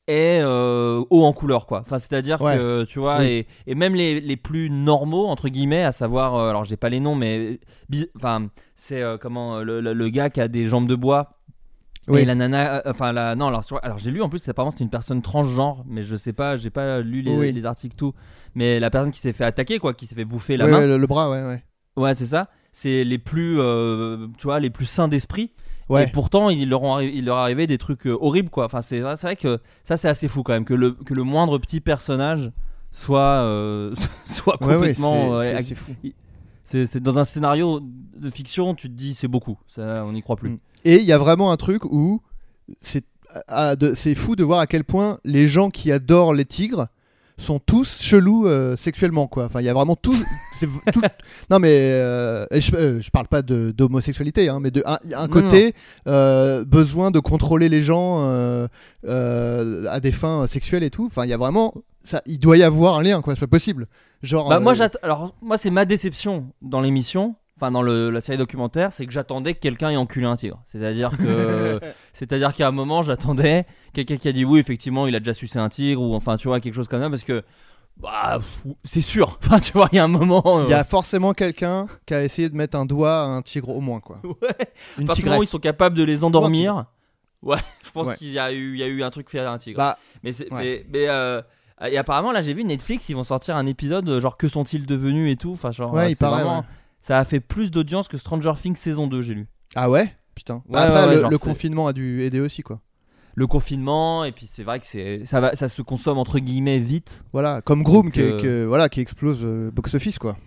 est haut en couleur, quoi. Enfin, c'est-à-dire Ouais. que tu vois, Oui. et même les plus normaux entre guillemets, à savoir, alors j'ai pas les noms, mais enfin c'est comment le gars qui a des jambes de bois. Oui. Et la nana, non, alors j'ai lu en plus, apparemment c'est une personne transgenre, mais je sais pas, j'ai pas lu Oui. les articles tout, mais la personne qui s'est fait attaquer, quoi, qui s'est fait bouffer la Ouais, main. ouais, le bras, ouais. Ouais, c'est ça. C'est les plus, tu vois, les plus sains d'esprit. Ouais. Et pourtant, il leur est arrivé des trucs horribles, quoi. Enfin, c'est vrai que ça, c'est assez fou quand même, que le moindre petit personnage soit soit Ouais, complètement. c'est fou. C'est dans un scénario de fiction, tu te dis c'est beaucoup. Ça, on n'y croit plus. Et il y a vraiment un truc où c'est fou de voir à quel point les gens qui adorent les tigres sont tous chelous sexuellement, quoi. Enfin, il y a vraiment tout. Non, mais je parle pas d'homosexualité, hein, mais de un côté besoin de contrôler les gens à des fins sexuelles et tout. Enfin, il y a vraiment ça. Il doit y avoir un lien, quoi. C'est pas possible. Genre. Bah, moi, c'est ma déception dans l'émission. Enfin, dans la série documentaire, c'est que j'attendais que quelqu'un ait enculé un tigre. C'est-à-dire qu'à un moment, j'attendais quelqu'un qui a dit oui, effectivement, il a déjà sucé un tigre, ou enfin, tu vois, quelque chose comme ça, parce que bah, c'est sûr. Enfin, tu vois, il y a un moment. Il y a forcément quelqu'un qui a essayé de mettre un doigt à un tigre au moins, quoi. Ouais. Une Pas tigresse. ils sont capables de les endormir. Ouais, je pense Ouais. qu'il y a eu un truc fait à un tigre. Bah, mais c'est, ouais. et apparemment, là, j'ai vu Netflix, ils vont sortir un épisode genre que sont-ils devenus et tout. Enfin, genre, Ouais, il c'est paraît, vraiment. ouais. Ça a fait plus d'audience que Stranger Things saison 2, j'ai lu. Ah ouais, putain. Ouais, Après, ouais, le genre, confinement a dû aider aussi, quoi. Le confinement, et puis c'est vrai que ça se consomme entre guillemets vite. Voilà, comme Groom Donc, qui explose box-office, quoi.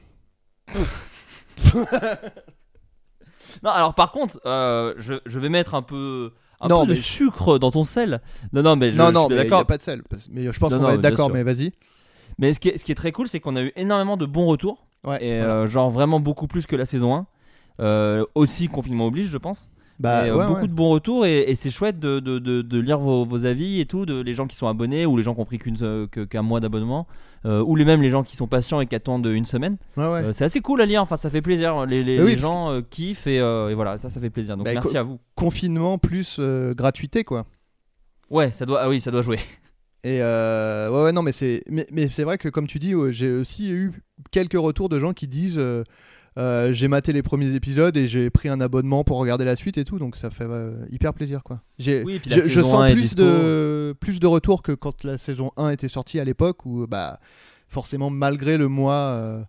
Non, alors par contre, je vais mettre un peu Non, de mais sucre dans ton sel. Non, mais je non, suis mais il n'y d'accord. a pas de sel. Mais je pense Non, qu'on non, va être bien d'accord, sûr. mais vas-y. Mais ce qui est très cool, c'est qu'on a eu énormément de bons retours. Ouais, Et voilà. genre vraiment beaucoup plus que la saison 1. Aussi, confinement oblige, je pense. Bah, Et, ouais, beaucoup ouais. de bons retours, et c'est chouette de lire vos avis et tout, les gens qui sont abonnés, ou les gens qui ont pris qu'un mois d'abonnement, ou même les gens qui sont patients et qui attendent une semaine. Ouais, ouais. C'est assez cool à lire, enfin ça fait plaisir. Les oui, gens kiffent, et voilà, ça fait plaisir. Donc Bah, merci à vous. Confinement plus gratuité, quoi. Ouais, ça doit jouer. Et ouais, non, mais c'est vrai que comme tu dis, j'ai aussi eu quelques retours de gens qui disent j'ai maté les premiers épisodes et j'ai pris un abonnement pour regarder la suite et tout, donc ça fait hyper plaisir, quoi. Oui, puis la je saison sens 1 est plus dispo. plus de retours que quand la saison 1 était sortie à l'époque, où bah forcément malgré le mois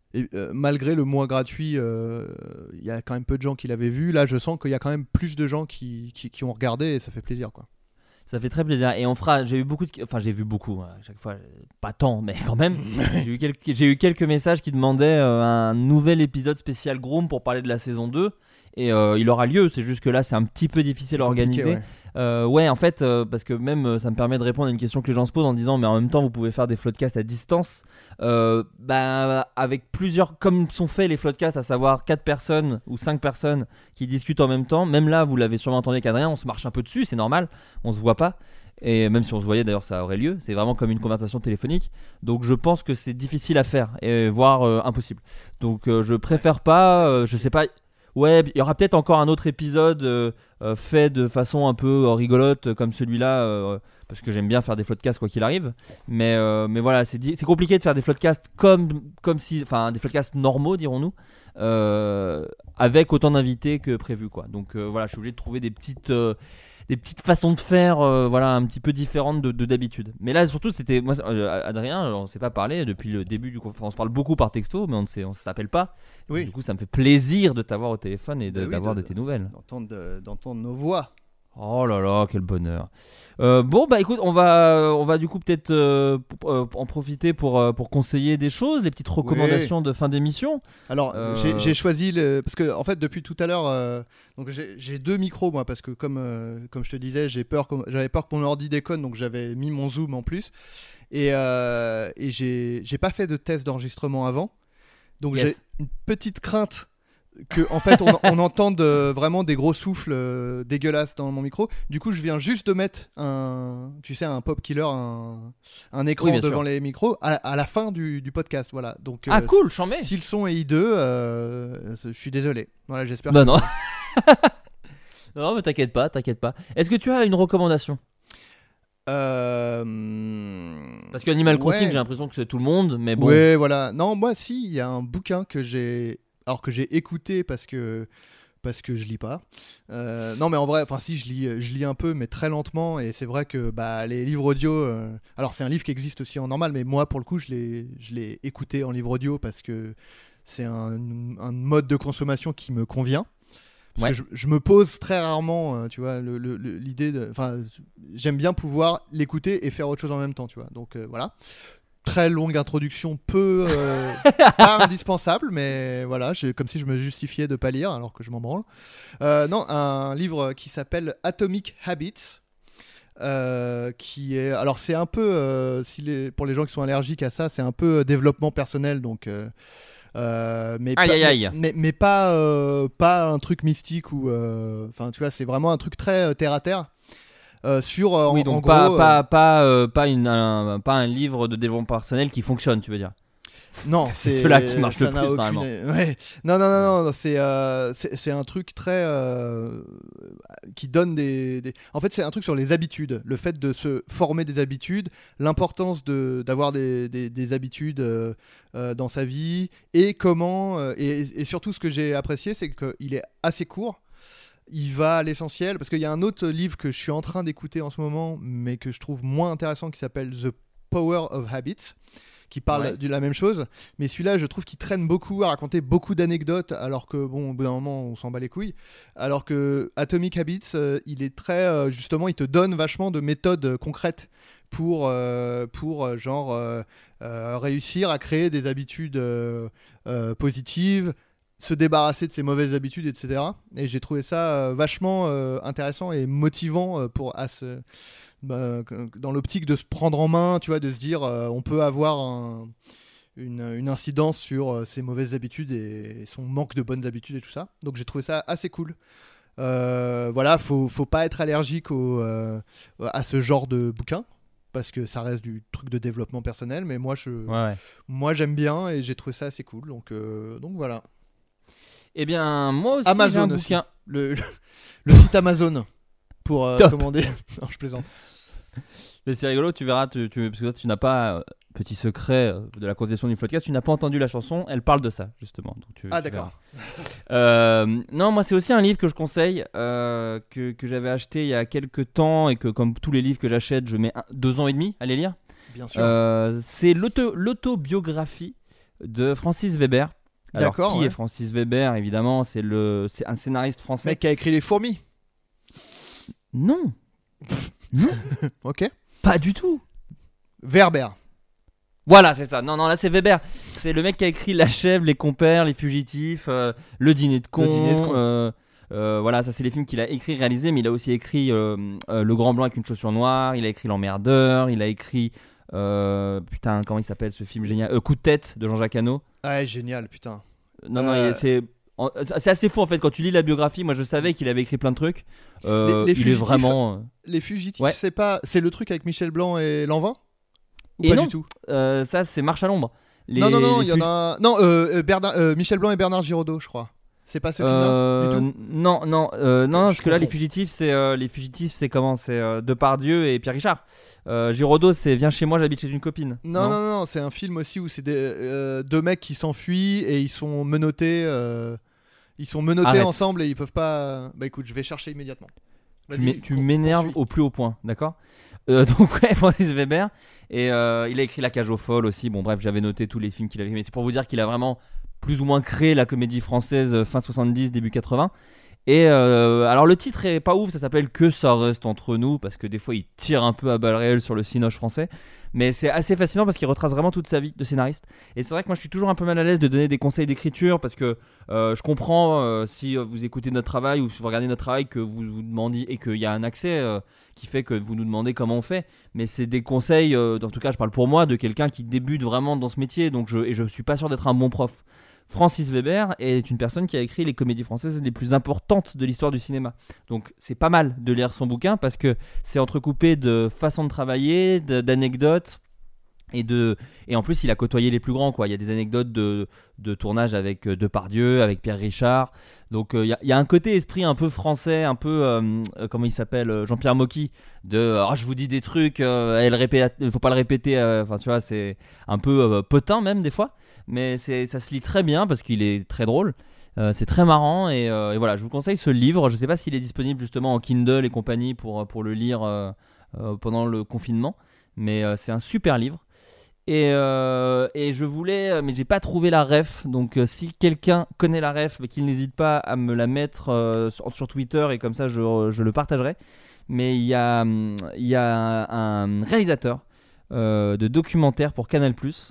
gratuit, il y a quand même peu de gens qui l'avaient vu. Là, je sens qu'il y a quand même plus de gens qui ont regardé, et ça fait plaisir, quoi. Ça fait très plaisir. Et j'ai vu beaucoup à chaque fois, pas tant, mais quand même. J'ai eu quelques messages qui demandaient un nouvel épisode spécial Groom pour parler de la saison 2. Et il aura lieu, c'est juste que là c'est un petit peu difficile à organiser. Ouais, en fait, parce que même ça me permet de répondre à une question que les gens se posent en disant, mais en même temps vous pouvez faire des floodcasts à distance. Avec plusieurs, comme sont faits les floodcasts, à savoir 4 personnes ou 5 personnes qui discutent en même temps. Même là, vous l'avez sûrement entendu avec Adrien, on se marche un peu dessus, c'est normal, on se voit pas. Et même si on se voyait d'ailleurs, ça aurait lieu. C'est vraiment comme une conversation téléphonique. Donc je pense que c'est difficile à faire, et voire impossible. Donc je préfère pas, je sais pas. Ouais, il y aura peut-être encore un autre épisode fait de façon un peu rigolote comme celui-là, parce que j'aime bien faire des floodcasts quoi qu'il arrive. Mais voilà, c'est compliqué de faire des floodcasts comme si, enfin des floodcasts normaux dirons-nous, avec autant d'invités que prévu quoi. Donc voilà, je suis obligé de trouver des petites façons de faire, voilà, un petit peu différentes de d'habitude. Mais là surtout c'était moi, Adrien, on s'est pas parlé depuis le début du on se parle beaucoup par texto, mais on s'appelle pas. Oui. Du coup ça me fait plaisir de t'avoir au téléphone et Oui, d'avoir de tes nouvelles. D'entendre nos voix. Oh là là, quel bonheur. Bon bah écoute, on va du coup peut-être en profiter pour conseiller des choses, les petites recommandations de fin d'émission. Alors j'ai choisi parce que en fait depuis tout à l'heure, donc j'ai 2 micros moi, parce que comme je te disais, j'avais peur que mon ordi déconne, donc j'avais mis mon zoom en plus, et j'ai pas fait de test d'enregistrement avant, donc Yes. j'ai une petite crainte que en fait on entende vraiment des gros souffles dégueulasses dans mon micro. Du coup je viens juste de mettre un pop killer, un écran Oui, bien devant sûr. les micros à la fin du podcast, voilà. Donc Ah cool, j'en mets. si le son est hideux, je suis désolé. Voilà, j'espère. Bah que... non. Non mais t'inquiète pas. Est-ce que tu as une recommandation? Parce que Animal Crossing, ouais. j'ai l'impression que c'est tout le monde, mais bon. Ouais, voilà. Non, moi, si, il y a un bouquin que j'ai écouté parce que je lis pas. Non, mais en vrai, enfin, si, je lis un peu, mais très lentement. Et c'est vrai que les livres audio. Alors, c'est un livre qui existe aussi en normal, mais moi, pour le coup, je l'ai écouté en livre audio parce que c'est un mode de consommation qui me convient. Parce que je me pose très rarement, tu vois, l'idée de. Enfin, j'aime bien pouvoir l'écouter et faire autre chose en même temps, tu vois. Donc, voilà. Très longue introduction, pas indispensable, mais voilà, comme si je me justifiais de pas lire alors que je m'en branle. Non, un livre qui s'appelle Atomic Habits, qui est, alors c'est un peu, pour les gens qui sont allergiques à ça, c'est un peu développement personnel, donc. Mais pas un truc mystique ou, enfin, tu vois, c'est vraiment un truc très terre à terre. Oui, donc pas un livre de développement personnel qui fonctionne, tu veux dire. Non, c'est cela qui marche le plus normalement. Ouais. Non, c'est un truc très qui donne En fait, c'est un truc sur les habitudes, le fait de se former des habitudes, l'importance d'avoir des habitudes dans sa vie et comment et surtout ce que j'ai apprécié, c'est qu'il est assez court. Il va à l'essentiel, parce qu'il y a un autre livre que je suis en train d'écouter en ce moment, mais que je trouve moins intéressant, qui s'appelle The Power of Habits, qui parle de la même chose. Mais celui-là, je trouve qu'il traîne beaucoup à raconter beaucoup d'anecdotes, alors que, bon, au bout d'un moment, on s'en bat les couilles. Alors que Atomic Habits, il est très... justement, il te donne vachement de méthodes concrètes pour réussir à créer des habitudes positives, se débarrasser de ses mauvaises habitudes, etc. Et j'ai trouvé ça vachement intéressant et motivant dans l'optique de se prendre en main, tu vois, de se dire on peut avoir une incidence sur ses mauvaises habitudes et son manque de bonnes habitudes et tout ça. Donc j'ai trouvé ça assez cool. Voilà, faut pas être allergique à ce genre de bouquin, parce que ça reste du truc de développement personnel, mais moi j'aime bien et j'ai trouvé ça assez cool. Donc voilà. Eh bien, moi aussi, Amazon j'ai un aussi. bouquin. Le site Amazon pour commander. Non, je plaisante. Mais c'est rigolo, tu verras, parce que toi, tu n'as pas, petit secret de la conception du podcast, tu n'as pas entendu la chanson, elle parle de ça, justement. Donc tu d'accord. Non, moi, c'est aussi un livre que je conseille, que j'avais acheté il y a quelques temps, et que, comme tous les livres que j'achète, je mets 2 ans et demi à les lire. Bien sûr. C'est l'autobiographie de Francis Weber. Alors, d'accord. Qui est Francis Weber, évidemment, c'est un scénariste français. Mec qui a écrit Les Fourmis. Non. Non. Ok. Pas du tout. Werber. Voilà, c'est ça. Non, là c'est Weber. C'est le mec qui a écrit La Chèvre, Les Compères, Les Fugitifs, Le Dîner de con. Voilà, ça c'est les films qu'il a écrit, réalisé, mais il a aussi écrit Le Grand Blanc avec une chaussure noire. Il a écrit L'Emmerdeur. Il a écrit putain, comment il s'appelle ce film génial, Coup de tête de Jean-Jacques Hano. Ouais, génial, putain. Non, c'est assez fou en fait quand tu lis la biographie. Moi je savais qu'il avait écrit plein de trucs. Il est vraiment. Les Fugitifs, c'est le truc avec Michel Blanc et Lanvin ou et pas non, du tout. Ça c'est Marche à l'ombre. Non, il y en a. Non, Michel Blanc et Bernard Giraudot, je crois. C'est pas ce film-là du tout. Non, parce que là Les Fugitifs, c'est comment, c'est Depardieu et Pierre Richard. Giraudot, c'est Viens chez moi, j'habite chez une copine. Non, c'est un film aussi où c'est deux mecs qui s'enfuient et ils sont menottés. Ensemble et ils peuvent pas. Bah écoute, je vais chercher immédiatement. Tu m'énerves au plus haut point, d'accord. Donc ouais, Francis Weber, et il a écrit La Cage aux folles aussi. Bon bref, j'avais noté tous les films qu'il avait fait, mais c'est pour vous dire qu'il a vraiment plus ou moins créé la comédie française fin 70, début 80. Et alors le titre est pas ouf, ça s'appelle Que ça reste entre nous, parce que des fois il tire un peu à balles réelles sur le cinoche français, mais c'est assez fascinant parce qu'il retrace vraiment toute sa vie de scénariste. Et c'est vrai que moi je suis toujours un peu mal à l'aise de donner des conseils d'écriture, parce que je comprends si vous écoutez notre travail ou si vous regardez notre travail, que vous vous demandiez, et qu'il y a un accès qui fait que vous nous demandez comment on fait, mais c'est des conseils, en tout cas je parle pour moi, de quelqu'un qui débute vraiment dans ce métier, donc je suis pas sûr d'être un bon prof. Francis Weber est une personne qui a écrit les comédies françaises les plus importantes de l'histoire du cinéma. Donc c'est pas mal de lire son bouquin parce que c'est entrecoupé de façons de travailler, d'anecdotes Et en plus, il a côtoyé les plus grands, quoi. Il y a des anecdotes de tournage avec Depardieu, avec Pierre Richard. Donc il y a un côté esprit un peu français, un peu comment il s'appelle, Jean-Pierre Mocky, je vous dis des trucs, il faut pas le répéter. Enfin tu vois, c'est un peu potin même des fois, mais ça se lit très bien parce qu'il est très drôle. C'est très marrant et voilà, je vous conseille ce livre. Je sais pas s'il est disponible justement en Kindle et compagnie pour le lire pendant le confinement, mais c'est un super livre. Et je voulais, mais j'ai pas trouvé la ref, donc si quelqu'un connaît la ref, mais qu'il n'hésite pas à me la mettre sur Twitter et comme ça je le partagerai. Mais il y a un réalisateur de documentaire pour Canal+, qui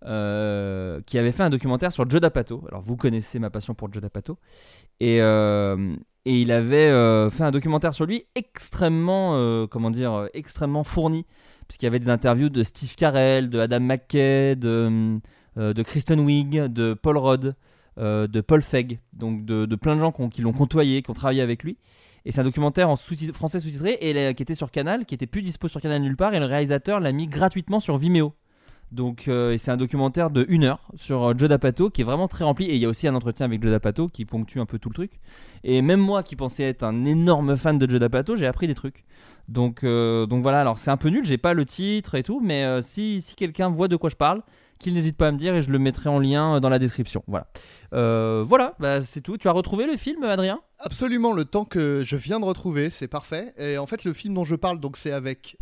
avait fait un documentaire sur Joe D'Apato. Alors vous connaissez ma passion pour Joe D'Apato, et il avait fait un documentaire sur lui extrêmement fourni. Puisqu'il y avait des interviews de Steve Carell, de Adam McKay, de Kristen Wiig, de Paul Rudd, de Paul Feig, donc de plein de gens qui l'ont côtoyé, qui ont travaillé avec lui. Et c'est un documentaire en français sous-titré et qui était sur Canal, qui était plus dispo sur Canal nulle part, et le réalisateur l'a mis gratuitement sur Vimeo. Donc et c'est un documentaire de 1 heure sur Joe D'Apato qui est vraiment très rempli, et il y a aussi un entretien avec Joe D'Apato qui ponctue un peu tout le truc. Et même moi qui pensais être un énorme fan de Joe D'Apato, j'ai appris des trucs. Donc voilà, alors c'est un peu nul, j'ai pas le titre et tout, mais si quelqu'un voit de quoi je parle, qu'il n'hésite pas à me dire et je le mettrai en lien dans la description. Voilà, c'est tout. Tu as retrouvé le film, Adrien ? Absolument, le temps que je viens de retrouver, c'est parfait. Et en fait, le film dont je parle, donc c'est avec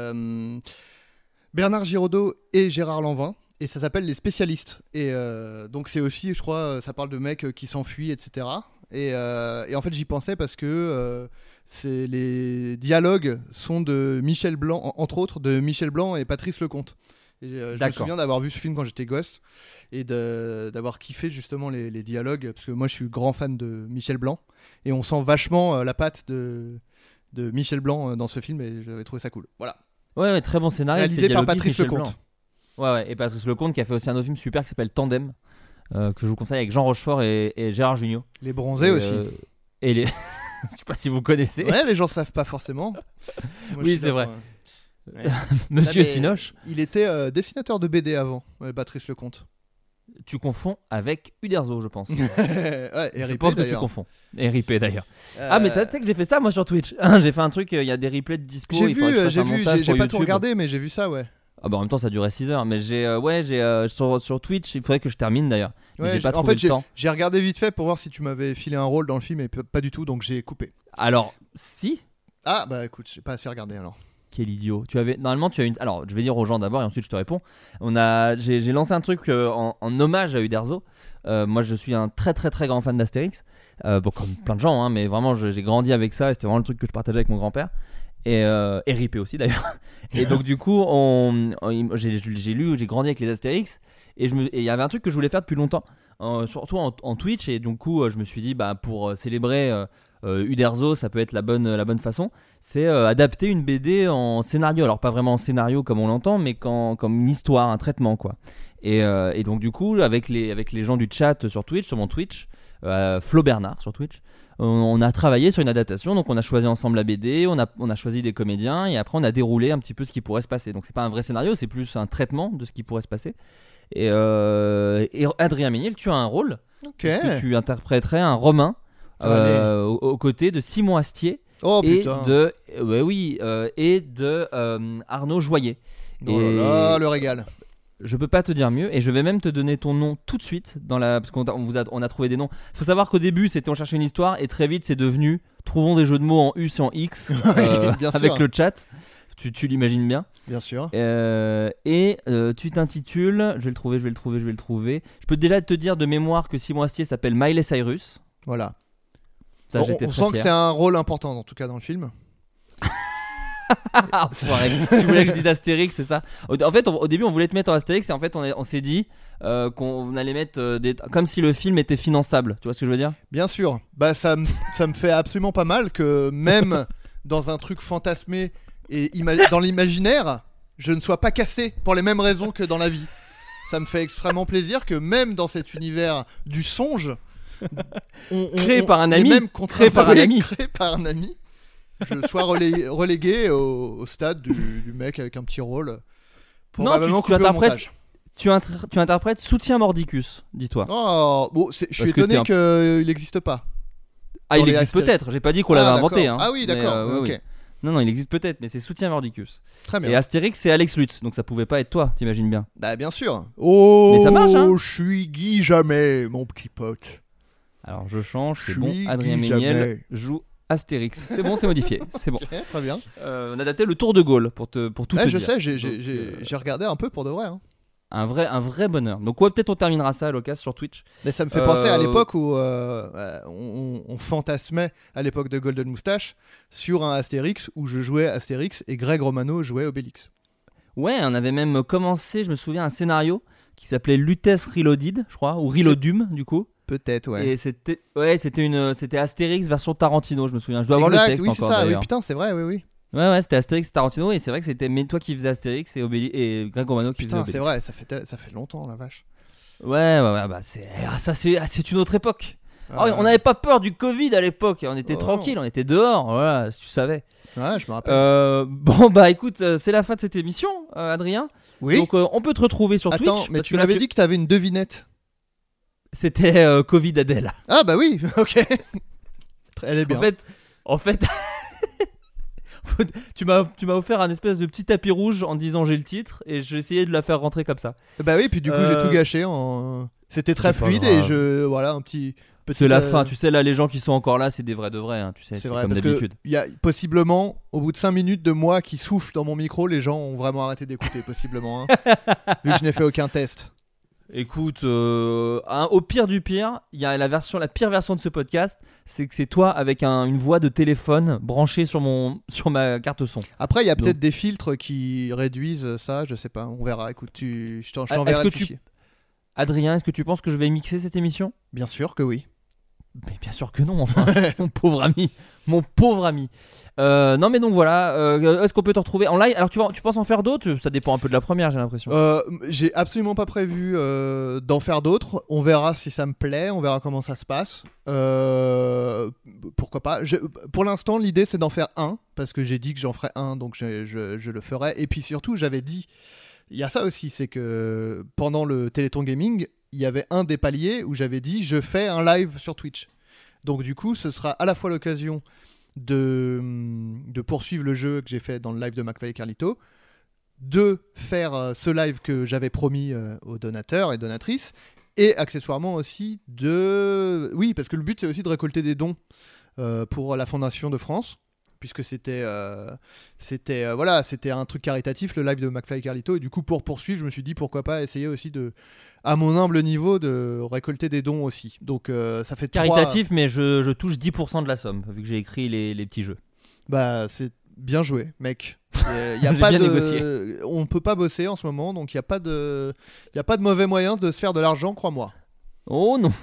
Bernard Giraudot et Gérard Lanvin, et ça s'appelle Les Spécialistes. Et donc c'est aussi, je crois, ça parle de mecs qui s'enfuient, etc. Et en fait, j'y pensais parce que les dialogues sont de Michel Blanc, entre autres de Michel Blanc et Patrice Lecomte. Et je me souviens d'avoir vu ce film quand j'étais gosse et d'avoir kiffé justement les dialogues, parce que moi je suis grand fan de Michel Blanc et on sent vachement la patte de Michel Blanc dans ce film, et j'avais trouvé ça cool. Voilà. Ouais, très bon scénario. Réalisé par Patrice Lecomte. Ouais, et Patrice Lecomte qui a fait aussi un autre film super qui s'appelle Tandem, que je vous conseille, avec Jean Rochefort et Gérard Jugnot. Les Bronzés aussi. Et les... Je sais pas si vous connaissez. Ouais, les gens savent pas forcément. Moi, oui, c'est vrai. Monsieur Sinoche. Il était dessinateur de BD avant, Patrice Lecomte. Tu confonds avec Uderzo, je pense. Ouais, je RIP, pense que d'ailleurs. tu confonds. Et RIP d'ailleurs. Ah, mais tu sais que j'ai fait ça moi sur Twitch. J'ai fait un truc, il y a des replays de dispo. J'ai pas tout regardé, mais j'ai vu ça, ouais. Ah bah en même temps ça durait 6 heures, mais sur Twitch, il faudrait que je termine d'ailleurs. Ouais, j'ai pas trouvé le temps. J'ai regardé vite fait pour voir si tu m'avais filé un rôle dans le film, et pas du tout, donc j'ai coupé. Alors, si. Ah bah écoute, j'ai pas assez regardé alors. Quel idiot. Normalement tu as une. Alors je vais dire aux gens d'abord et ensuite je te réponds. J'ai lancé un truc en hommage à Uderzo. Moi je suis un très très très grand fan d'Astérix. Comme plein de gens, hein, mais vraiment j'ai grandi avec ça, et c'était vraiment le truc que je partageais avec mon grand-père. Et RIP aussi d'ailleurs. Et donc du coup j'ai grandi avec les Astérix, et il y avait un truc que je voulais faire depuis longtemps, surtout en Twitch, et du coup je me suis dit pour célébrer Uderzo, ça peut être la bonne façon, c'est adapter une BD en scénario. Alors pas vraiment en scénario comme on l'entend, mais comme une histoire, un traitement quoi. Et donc du coup avec les gens du chat sur Twitch, sur mon Twitch, Flo Bernard sur Twitch, on a travaillé sur une adaptation. Donc on a choisi ensemble la BD, on a choisi des comédiens, et après on a déroulé un petit peu ce qui pourrait se passer. Donc c'est pas un vrai scénario, c'est plus un traitement de ce qui pourrait se passer. Et Adrien Méniel, tu as un rôle, que tu interpréterais un Romain aux côtés de Simon Astier et de Arnaud Joyer. Oh là là, le régal. Je peux pas te dire mieux, et je vais même te donner ton nom tout de suite parce qu'on a trouvé des noms. Il faut savoir qu'au début c'était on cherchait une histoire, et très vite c'est devenu trouvons des jeux de mots en U et en X avec le chat. Tu l'imagines bien. Bien sûr. Tu t'intitules, je vais le trouver. Je peux déjà te dire de mémoire que Simon Astier s'appelle Miley Cyrus. Voilà. Ça, on sent que c'est un rôle important en tout cas dans le film. Tu voulais que je dise Astérix, c'est ça? En fait, au début, on voulait te mettre en Astérix, et en fait, on s'est dit qu'on allait mettre comme si le film était finançable. Tu vois ce que je veux dire? Bien sûr. Ça me fait absolument pas mal que même dans un truc fantasmé et dans l'imaginaire, je ne sois pas cassé pour les mêmes raisons que dans la vie. Ça me fait extrêmement plaisir que même dans cet univers du songe, créé par un ami, créé par un ami, je sois relégué au stade du mec avec un petit rôle Probablement tu coupé au interprètes. montage. Tu interprètes soutien mordicus, dis-toi. Oh, bon, je suis Parce que étonné t'es qu'il n'existe pas. Ah, Dans il les existe Astérix. peut-être. J'ai pas dit qu'on l'avait inventé. d'accord. Hein. Ah oui, d'accord. Mais, ok. oui. Non, il existe peut-être, mais c'est soutien mordicus. Très bien. Et Astérix, c'est Alex Lutz, donc ça pouvait pas être toi, t'imagines bien. Bah bien sûr. Oh, Mais ça marche, hein. je suis Guy Jamais, mon petit pote. Alors je change, c'est Je bon. suis Adrien Guy Méniel Jamais. joue Astérix. C'est bon, c'est modifié. C'est bon. Ok, très bien. On a adapté le Tour de Gaulle pour tout te Je dire. sais, Donc, j'ai regardé un peu pour de vrai. Hein. un vrai bonheur. Donc ouais, peut-être on terminera ça à l'occasion sur Twitch. Mais ça me fait penser à l'époque où on fantasmait, à l'époque de Golden Moustache, sur un Astérix où je jouais Astérix et Greg Romano jouait Obélix. Ouais, on avait même commencé, je me souviens, un scénario qui s'appelait Lutèce Reloaded, je crois, ou Reloadum du coup. Peut-être, ouais. Et c'était Astérix version Tarantino, je me souviens. Je dois avoir le texte oui, encore c'est ça, d'ailleurs. oui, putain, c'est vrai, oui. Ouais, c'était Astérix et Tarantino et c'est vrai que c'était toi qui faisais Astérix et Greg Romano qui faisait Putain, Obélix. c'est vrai, ça fait longtemps, la vache. Ouais, bah c'est une autre époque. On n'avait pas peur du Covid à l'époque, on était tranquille, on était dehors, voilà, si tu savais. Ouais, je me rappelle. Bon bah écoute, c'est la fin de cette émission, Adrien. Oui. Donc on peut te retrouver sur Twitch. Attends, mais parce tu que là, m'avais dit que t'avais une devinette. C'était Covid Adèle. Ah bah oui, ok. Elle est bien. En fait, tu m'as offert un espèce de petit tapis rouge en disant j'ai le titre et j'ai essayé de la faire rentrer comme ça. Bah oui, puis du coup j'ai tout gâché. C'était très fluide et voilà un petit. C'est la fin, tu sais là les gens qui sont encore là c'est des vrais de vrais, hein, tu sais. C'est vrai comme parce d'habitude. que il y a possiblement au bout de 5 minutes de moi qui souffle dans mon micro, les gens ont vraiment arrêté d'écouter possiblement. Hein, vu que je n'ai fait aucun test. Écoute, au pire du pire, il y a la pire version de ce podcast, c'est que c'est toi avec une voix de téléphone branchée sur ma carte son. Après, il y a peut-être des filtres qui réduisent ça, je sais pas, on verra. Écoute, je t'enverrai le fichier. Adrien, est-ce que tu penses que je vais mixer cette émission ? Bien sûr que oui. Mais bien sûr que non, enfin, mon pauvre ami. Non mais donc voilà, est-ce qu'on peut te retrouver en live ? Alors tu penses en faire d'autres ? Ça dépend un peu de la première, j'ai l'impression. J'ai absolument pas prévu d'en faire d'autres. On verra si ça me plaît, on verra comment ça se passe. Pourquoi pas. Pour l'instant, l'idée c'est d'en faire un, parce que j'ai dit que j'en ferais un, donc je le ferai. Et puis surtout, j'avais dit, il y a ça aussi, c'est que pendant le Téléthon Gaming, il y avait un des paliers où j'avais dit je fais un live sur Twitch. Donc du coup, ce sera à la fois l'occasion de poursuivre le jeu que j'ai fait dans le live de McFly et Carlito, de faire ce live que j'avais promis aux donateurs et donatrices, et accessoirement aussi oui, parce que le but c'est aussi de récolter des dons pour la Fondation de France, puisque c'était un truc caritatif, le live de McFly et Carlito, et du coup pour poursuivre je me suis dit pourquoi pas essayer aussi à mon humble niveau de récolter des dons aussi. Donc ça fait caritatif, mais je touche 10% de la somme vu que j'ai écrit les petits jeux. Bah c'est bien joué mec. Y a J'ai pas bien de... négocié. On peut pas bosser en ce moment, donc il y a pas de mauvais moyen de se faire de l'argent, crois-moi. Oh non.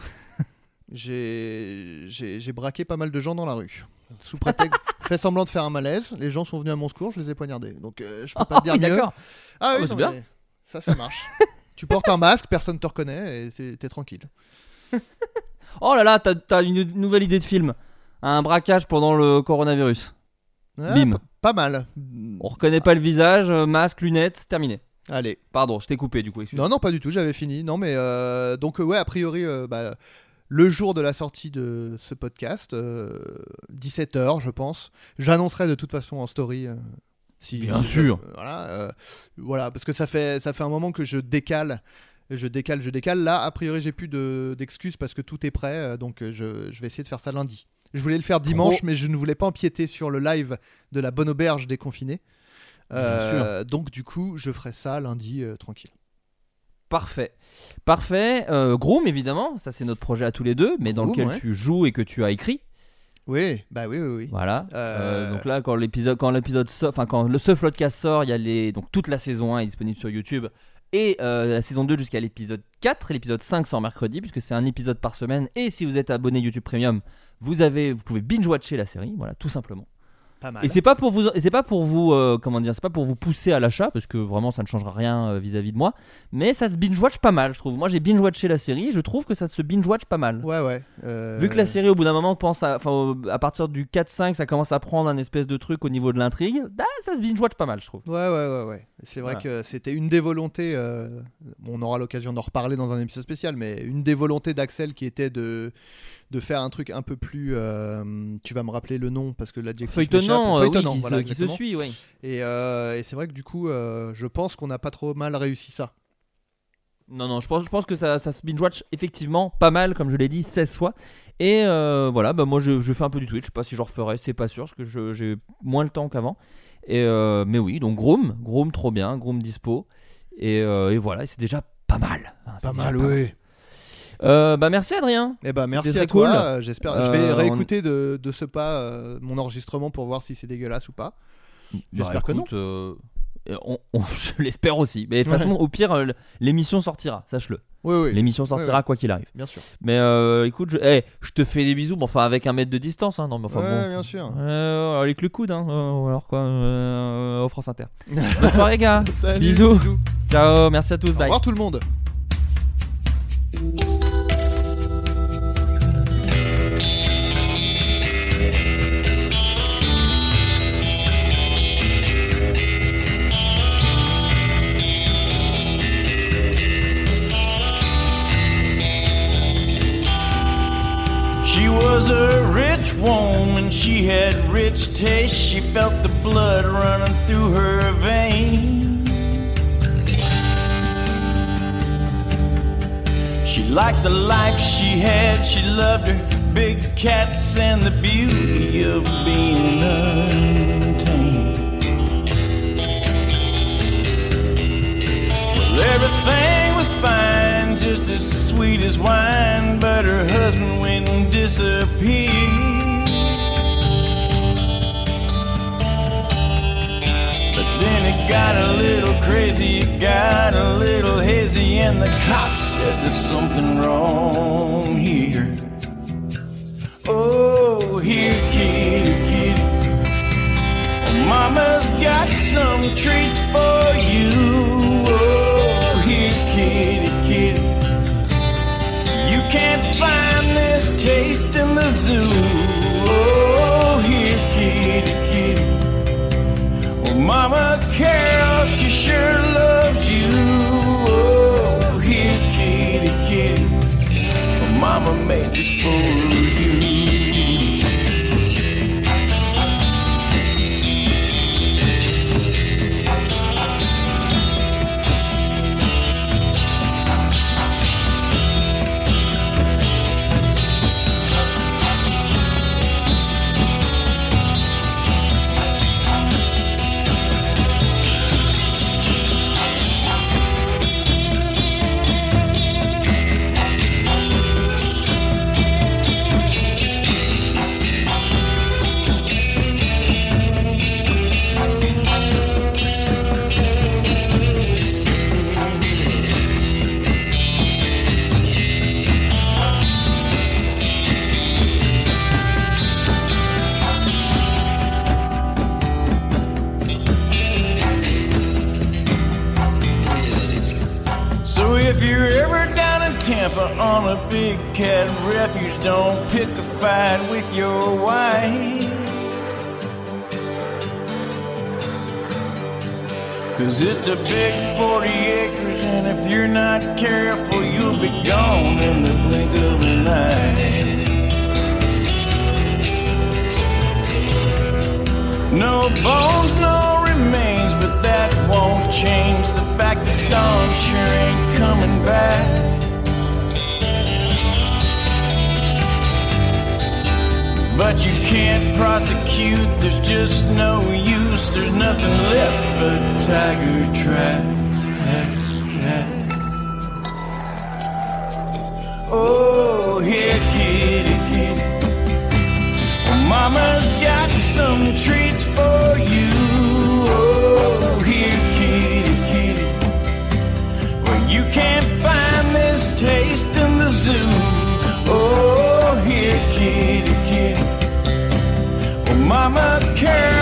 J'ai braqué pas mal de gens dans la rue. Sous prétexte, fait semblant de faire un malaise, les gens sont venus à mon secours, je les ai poignardés. Donc je peux pas te dire mieux. D'accord. Ah oui, c'est bien. Ça marche. Tu portes un masque, personne te reconnaît et t'es tranquille. Oh là là, t'as une nouvelle idée de film. Un braquage pendant le coronavirus. Ah, Bim. Pas mal. On reconnaît pas le visage, masque, lunettes, terminé. Allez. Pardon, je t'ai coupé du coup. Excuse-moi. Non, pas du tout, j'avais fini. Non, mais donc ouais, a priori, le jour de la sortie de ce podcast, 17h, je pense, j'annoncerai de toute façon en story. Bien sûr. Voilà, parce que ça fait un moment que je décale. Là, a priori, j'ai plus d'excuses parce que tout est prêt, donc je vais essayer de faire ça lundi. Je voulais le faire dimanche, mais je ne voulais pas empiéter sur le live de la Bonne Auberge déconfinée. Donc du coup, je ferai ça lundi tranquille. Parfait. Groom, évidemment, ça c'est notre projet à tous les deux, mais dans lequel tu joues et que tu as écrit. Oui. Voilà. Donc là, quand l'épisode sort, enfin quand ce Floodcast sort, il y a donc toute la saison 1 est disponible sur YouTube et la saison 2 jusqu'à l'épisode 4 et l'épisode 5 sort mercredi puisque c'est un épisode par semaine. Et si vous êtes abonné YouTube Premium, vous pouvez binge-watcher la série, voilà, tout simplement. mal. Et c'est pas pour vous, comment dire, c'est pas pour vous pousser à l'achat parce que vraiment ça ne changera rien vis-à-vis de moi. Mais ça se binge-watch pas mal, je trouve. Moi j'ai binge-watché la série et je trouve que ça se binge-watch pas mal. Ouais. Vu que la série au bout d'un moment à partir du 4-5 ça commence à prendre un espèce de truc au niveau de l'intrigue, ça se binge-watch pas mal, je trouve. Ouais. C'est vrai que c'était une des volontés. On aura l'occasion d'en reparler dans un épisode spécial, mais une des volontés d'Axel qui était de faire un truc un peu plus tu vas me rappeler le nom parce que l'adjectif feuilletonnant, voilà, qui se suit, oui. Et c'est vrai que du coup je pense qu'on n'a pas trop mal réussi ça. Non, je pense que ça se binge-watch effectivement pas mal, comme je l'ai dit 16 fois. Et voilà, moi je fais un peu du Twitch, je sais pas si je referai, c'est pas sûr, parce que j'ai moins le temps qu'avant. Mais oui, donc Groom trop bien, Groom dispo. Et voilà, c'est déjà pas mal. Pas mal, oui. Merci Adrien. Merci à toi. J'espère. Je vais réécouter de ce pas mon enregistrement pour voir si c'est dégueulasse ou pas. J'espère que non. Je l'espère aussi. Mais de toute façon, au pire, l'émission sortira, sache-le. Oui. L'émission sortira quoi qu'il arrive. Bien sûr. Mais écoute, je te fais des bisous, enfin avec 1 mètre de distance. Hein. Non, mais bon. Bien sûr. Avec le coude, ou alors quoi, au France Inter. Bonne soirée, gars. Salut, bisous. Ciao, merci à tous. Bye. Au revoir tout le monde. She was a rich woman, she had rich taste, she felt the blood running through her veins. She liked the life she had, she loved her big cats and the beauty of being untamed. Well, everything was fine, just as sweet as wine, but her husband went and disappeared. But then it got a little crazy, it got a little hazy, and the cops said there's something wrong here. Oh, here, kitty, kitty, oh, mama's got some treats for you. Oh, here, kitty, kitty, you can't find this taste in the zoo. Oh, here, kitty, kitty, oh, Mama Carol, she sure loves you. Oh, here, kitty, kitty, oh, Mama made this for you. On a big cat refuge, don't pick a fight with your wife, 'cause it's a big 40 acres, and if you're not careful, you'll be gone in the blink of an eye. No bones, no remains, but that won't change the fact that Dawn sure ain't coming back. But you can't prosecute, there's just no use, there's nothing left but tiger track. Oh, here, kitty, kitty, oh, Mama's got some treats for you. Oh, here, kitty, kitty, well, you can't find this taste in the zoo. Oh, here, kitty, kitty, oh, Mama Carol,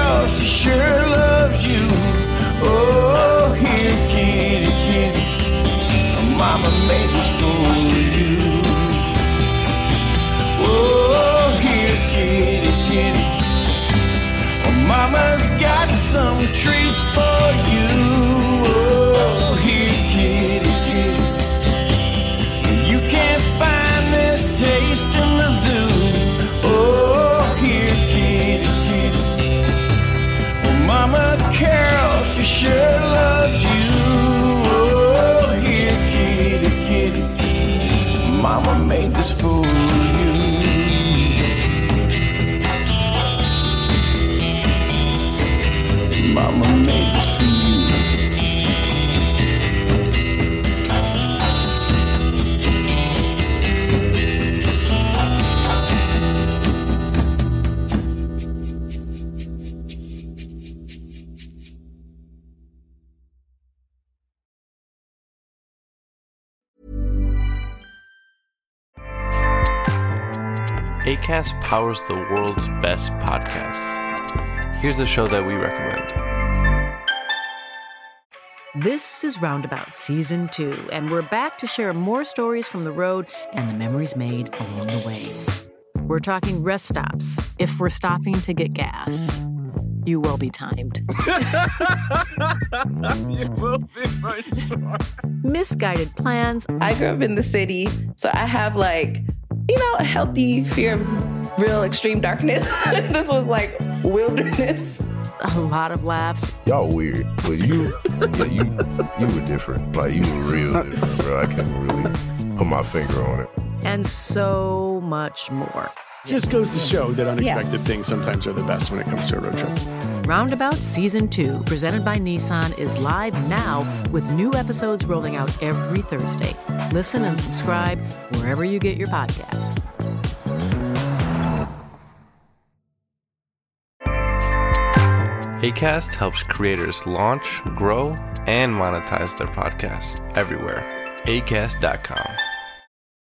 beast in the zoo. Oh, here, kitty, kitty. Oh, Mama Carol, she sure loves you. Oh, here, kitty, kitty. Mama made this for you. Mama made this for you. Acast powers the world's best podcasts. Here's a show that we recommend. This is Roundabout Season 2, and we're back to share more stories from the road and the memories made along the way. We're talking rest stops, if we're stopping to get gas. You will be timed. You will be for sure. Misguided plans. I grew up in the city, so I have a healthy fear of real extreme darkness. This was like wilderness. A lot of laughs. Y'all weird, but you were different. Like, you were real different, bro. I can't really put my finger on it. And so much more. Just goes to show that unexpected things sometimes are the best when it comes to a road trip. Roundabout Season 2, presented by Nissan, is live now with new episodes rolling out every Thursday. Listen and subscribe wherever you get your podcasts. Acast helps creators launch, grow, and monetize their podcasts everywhere. Acast.com.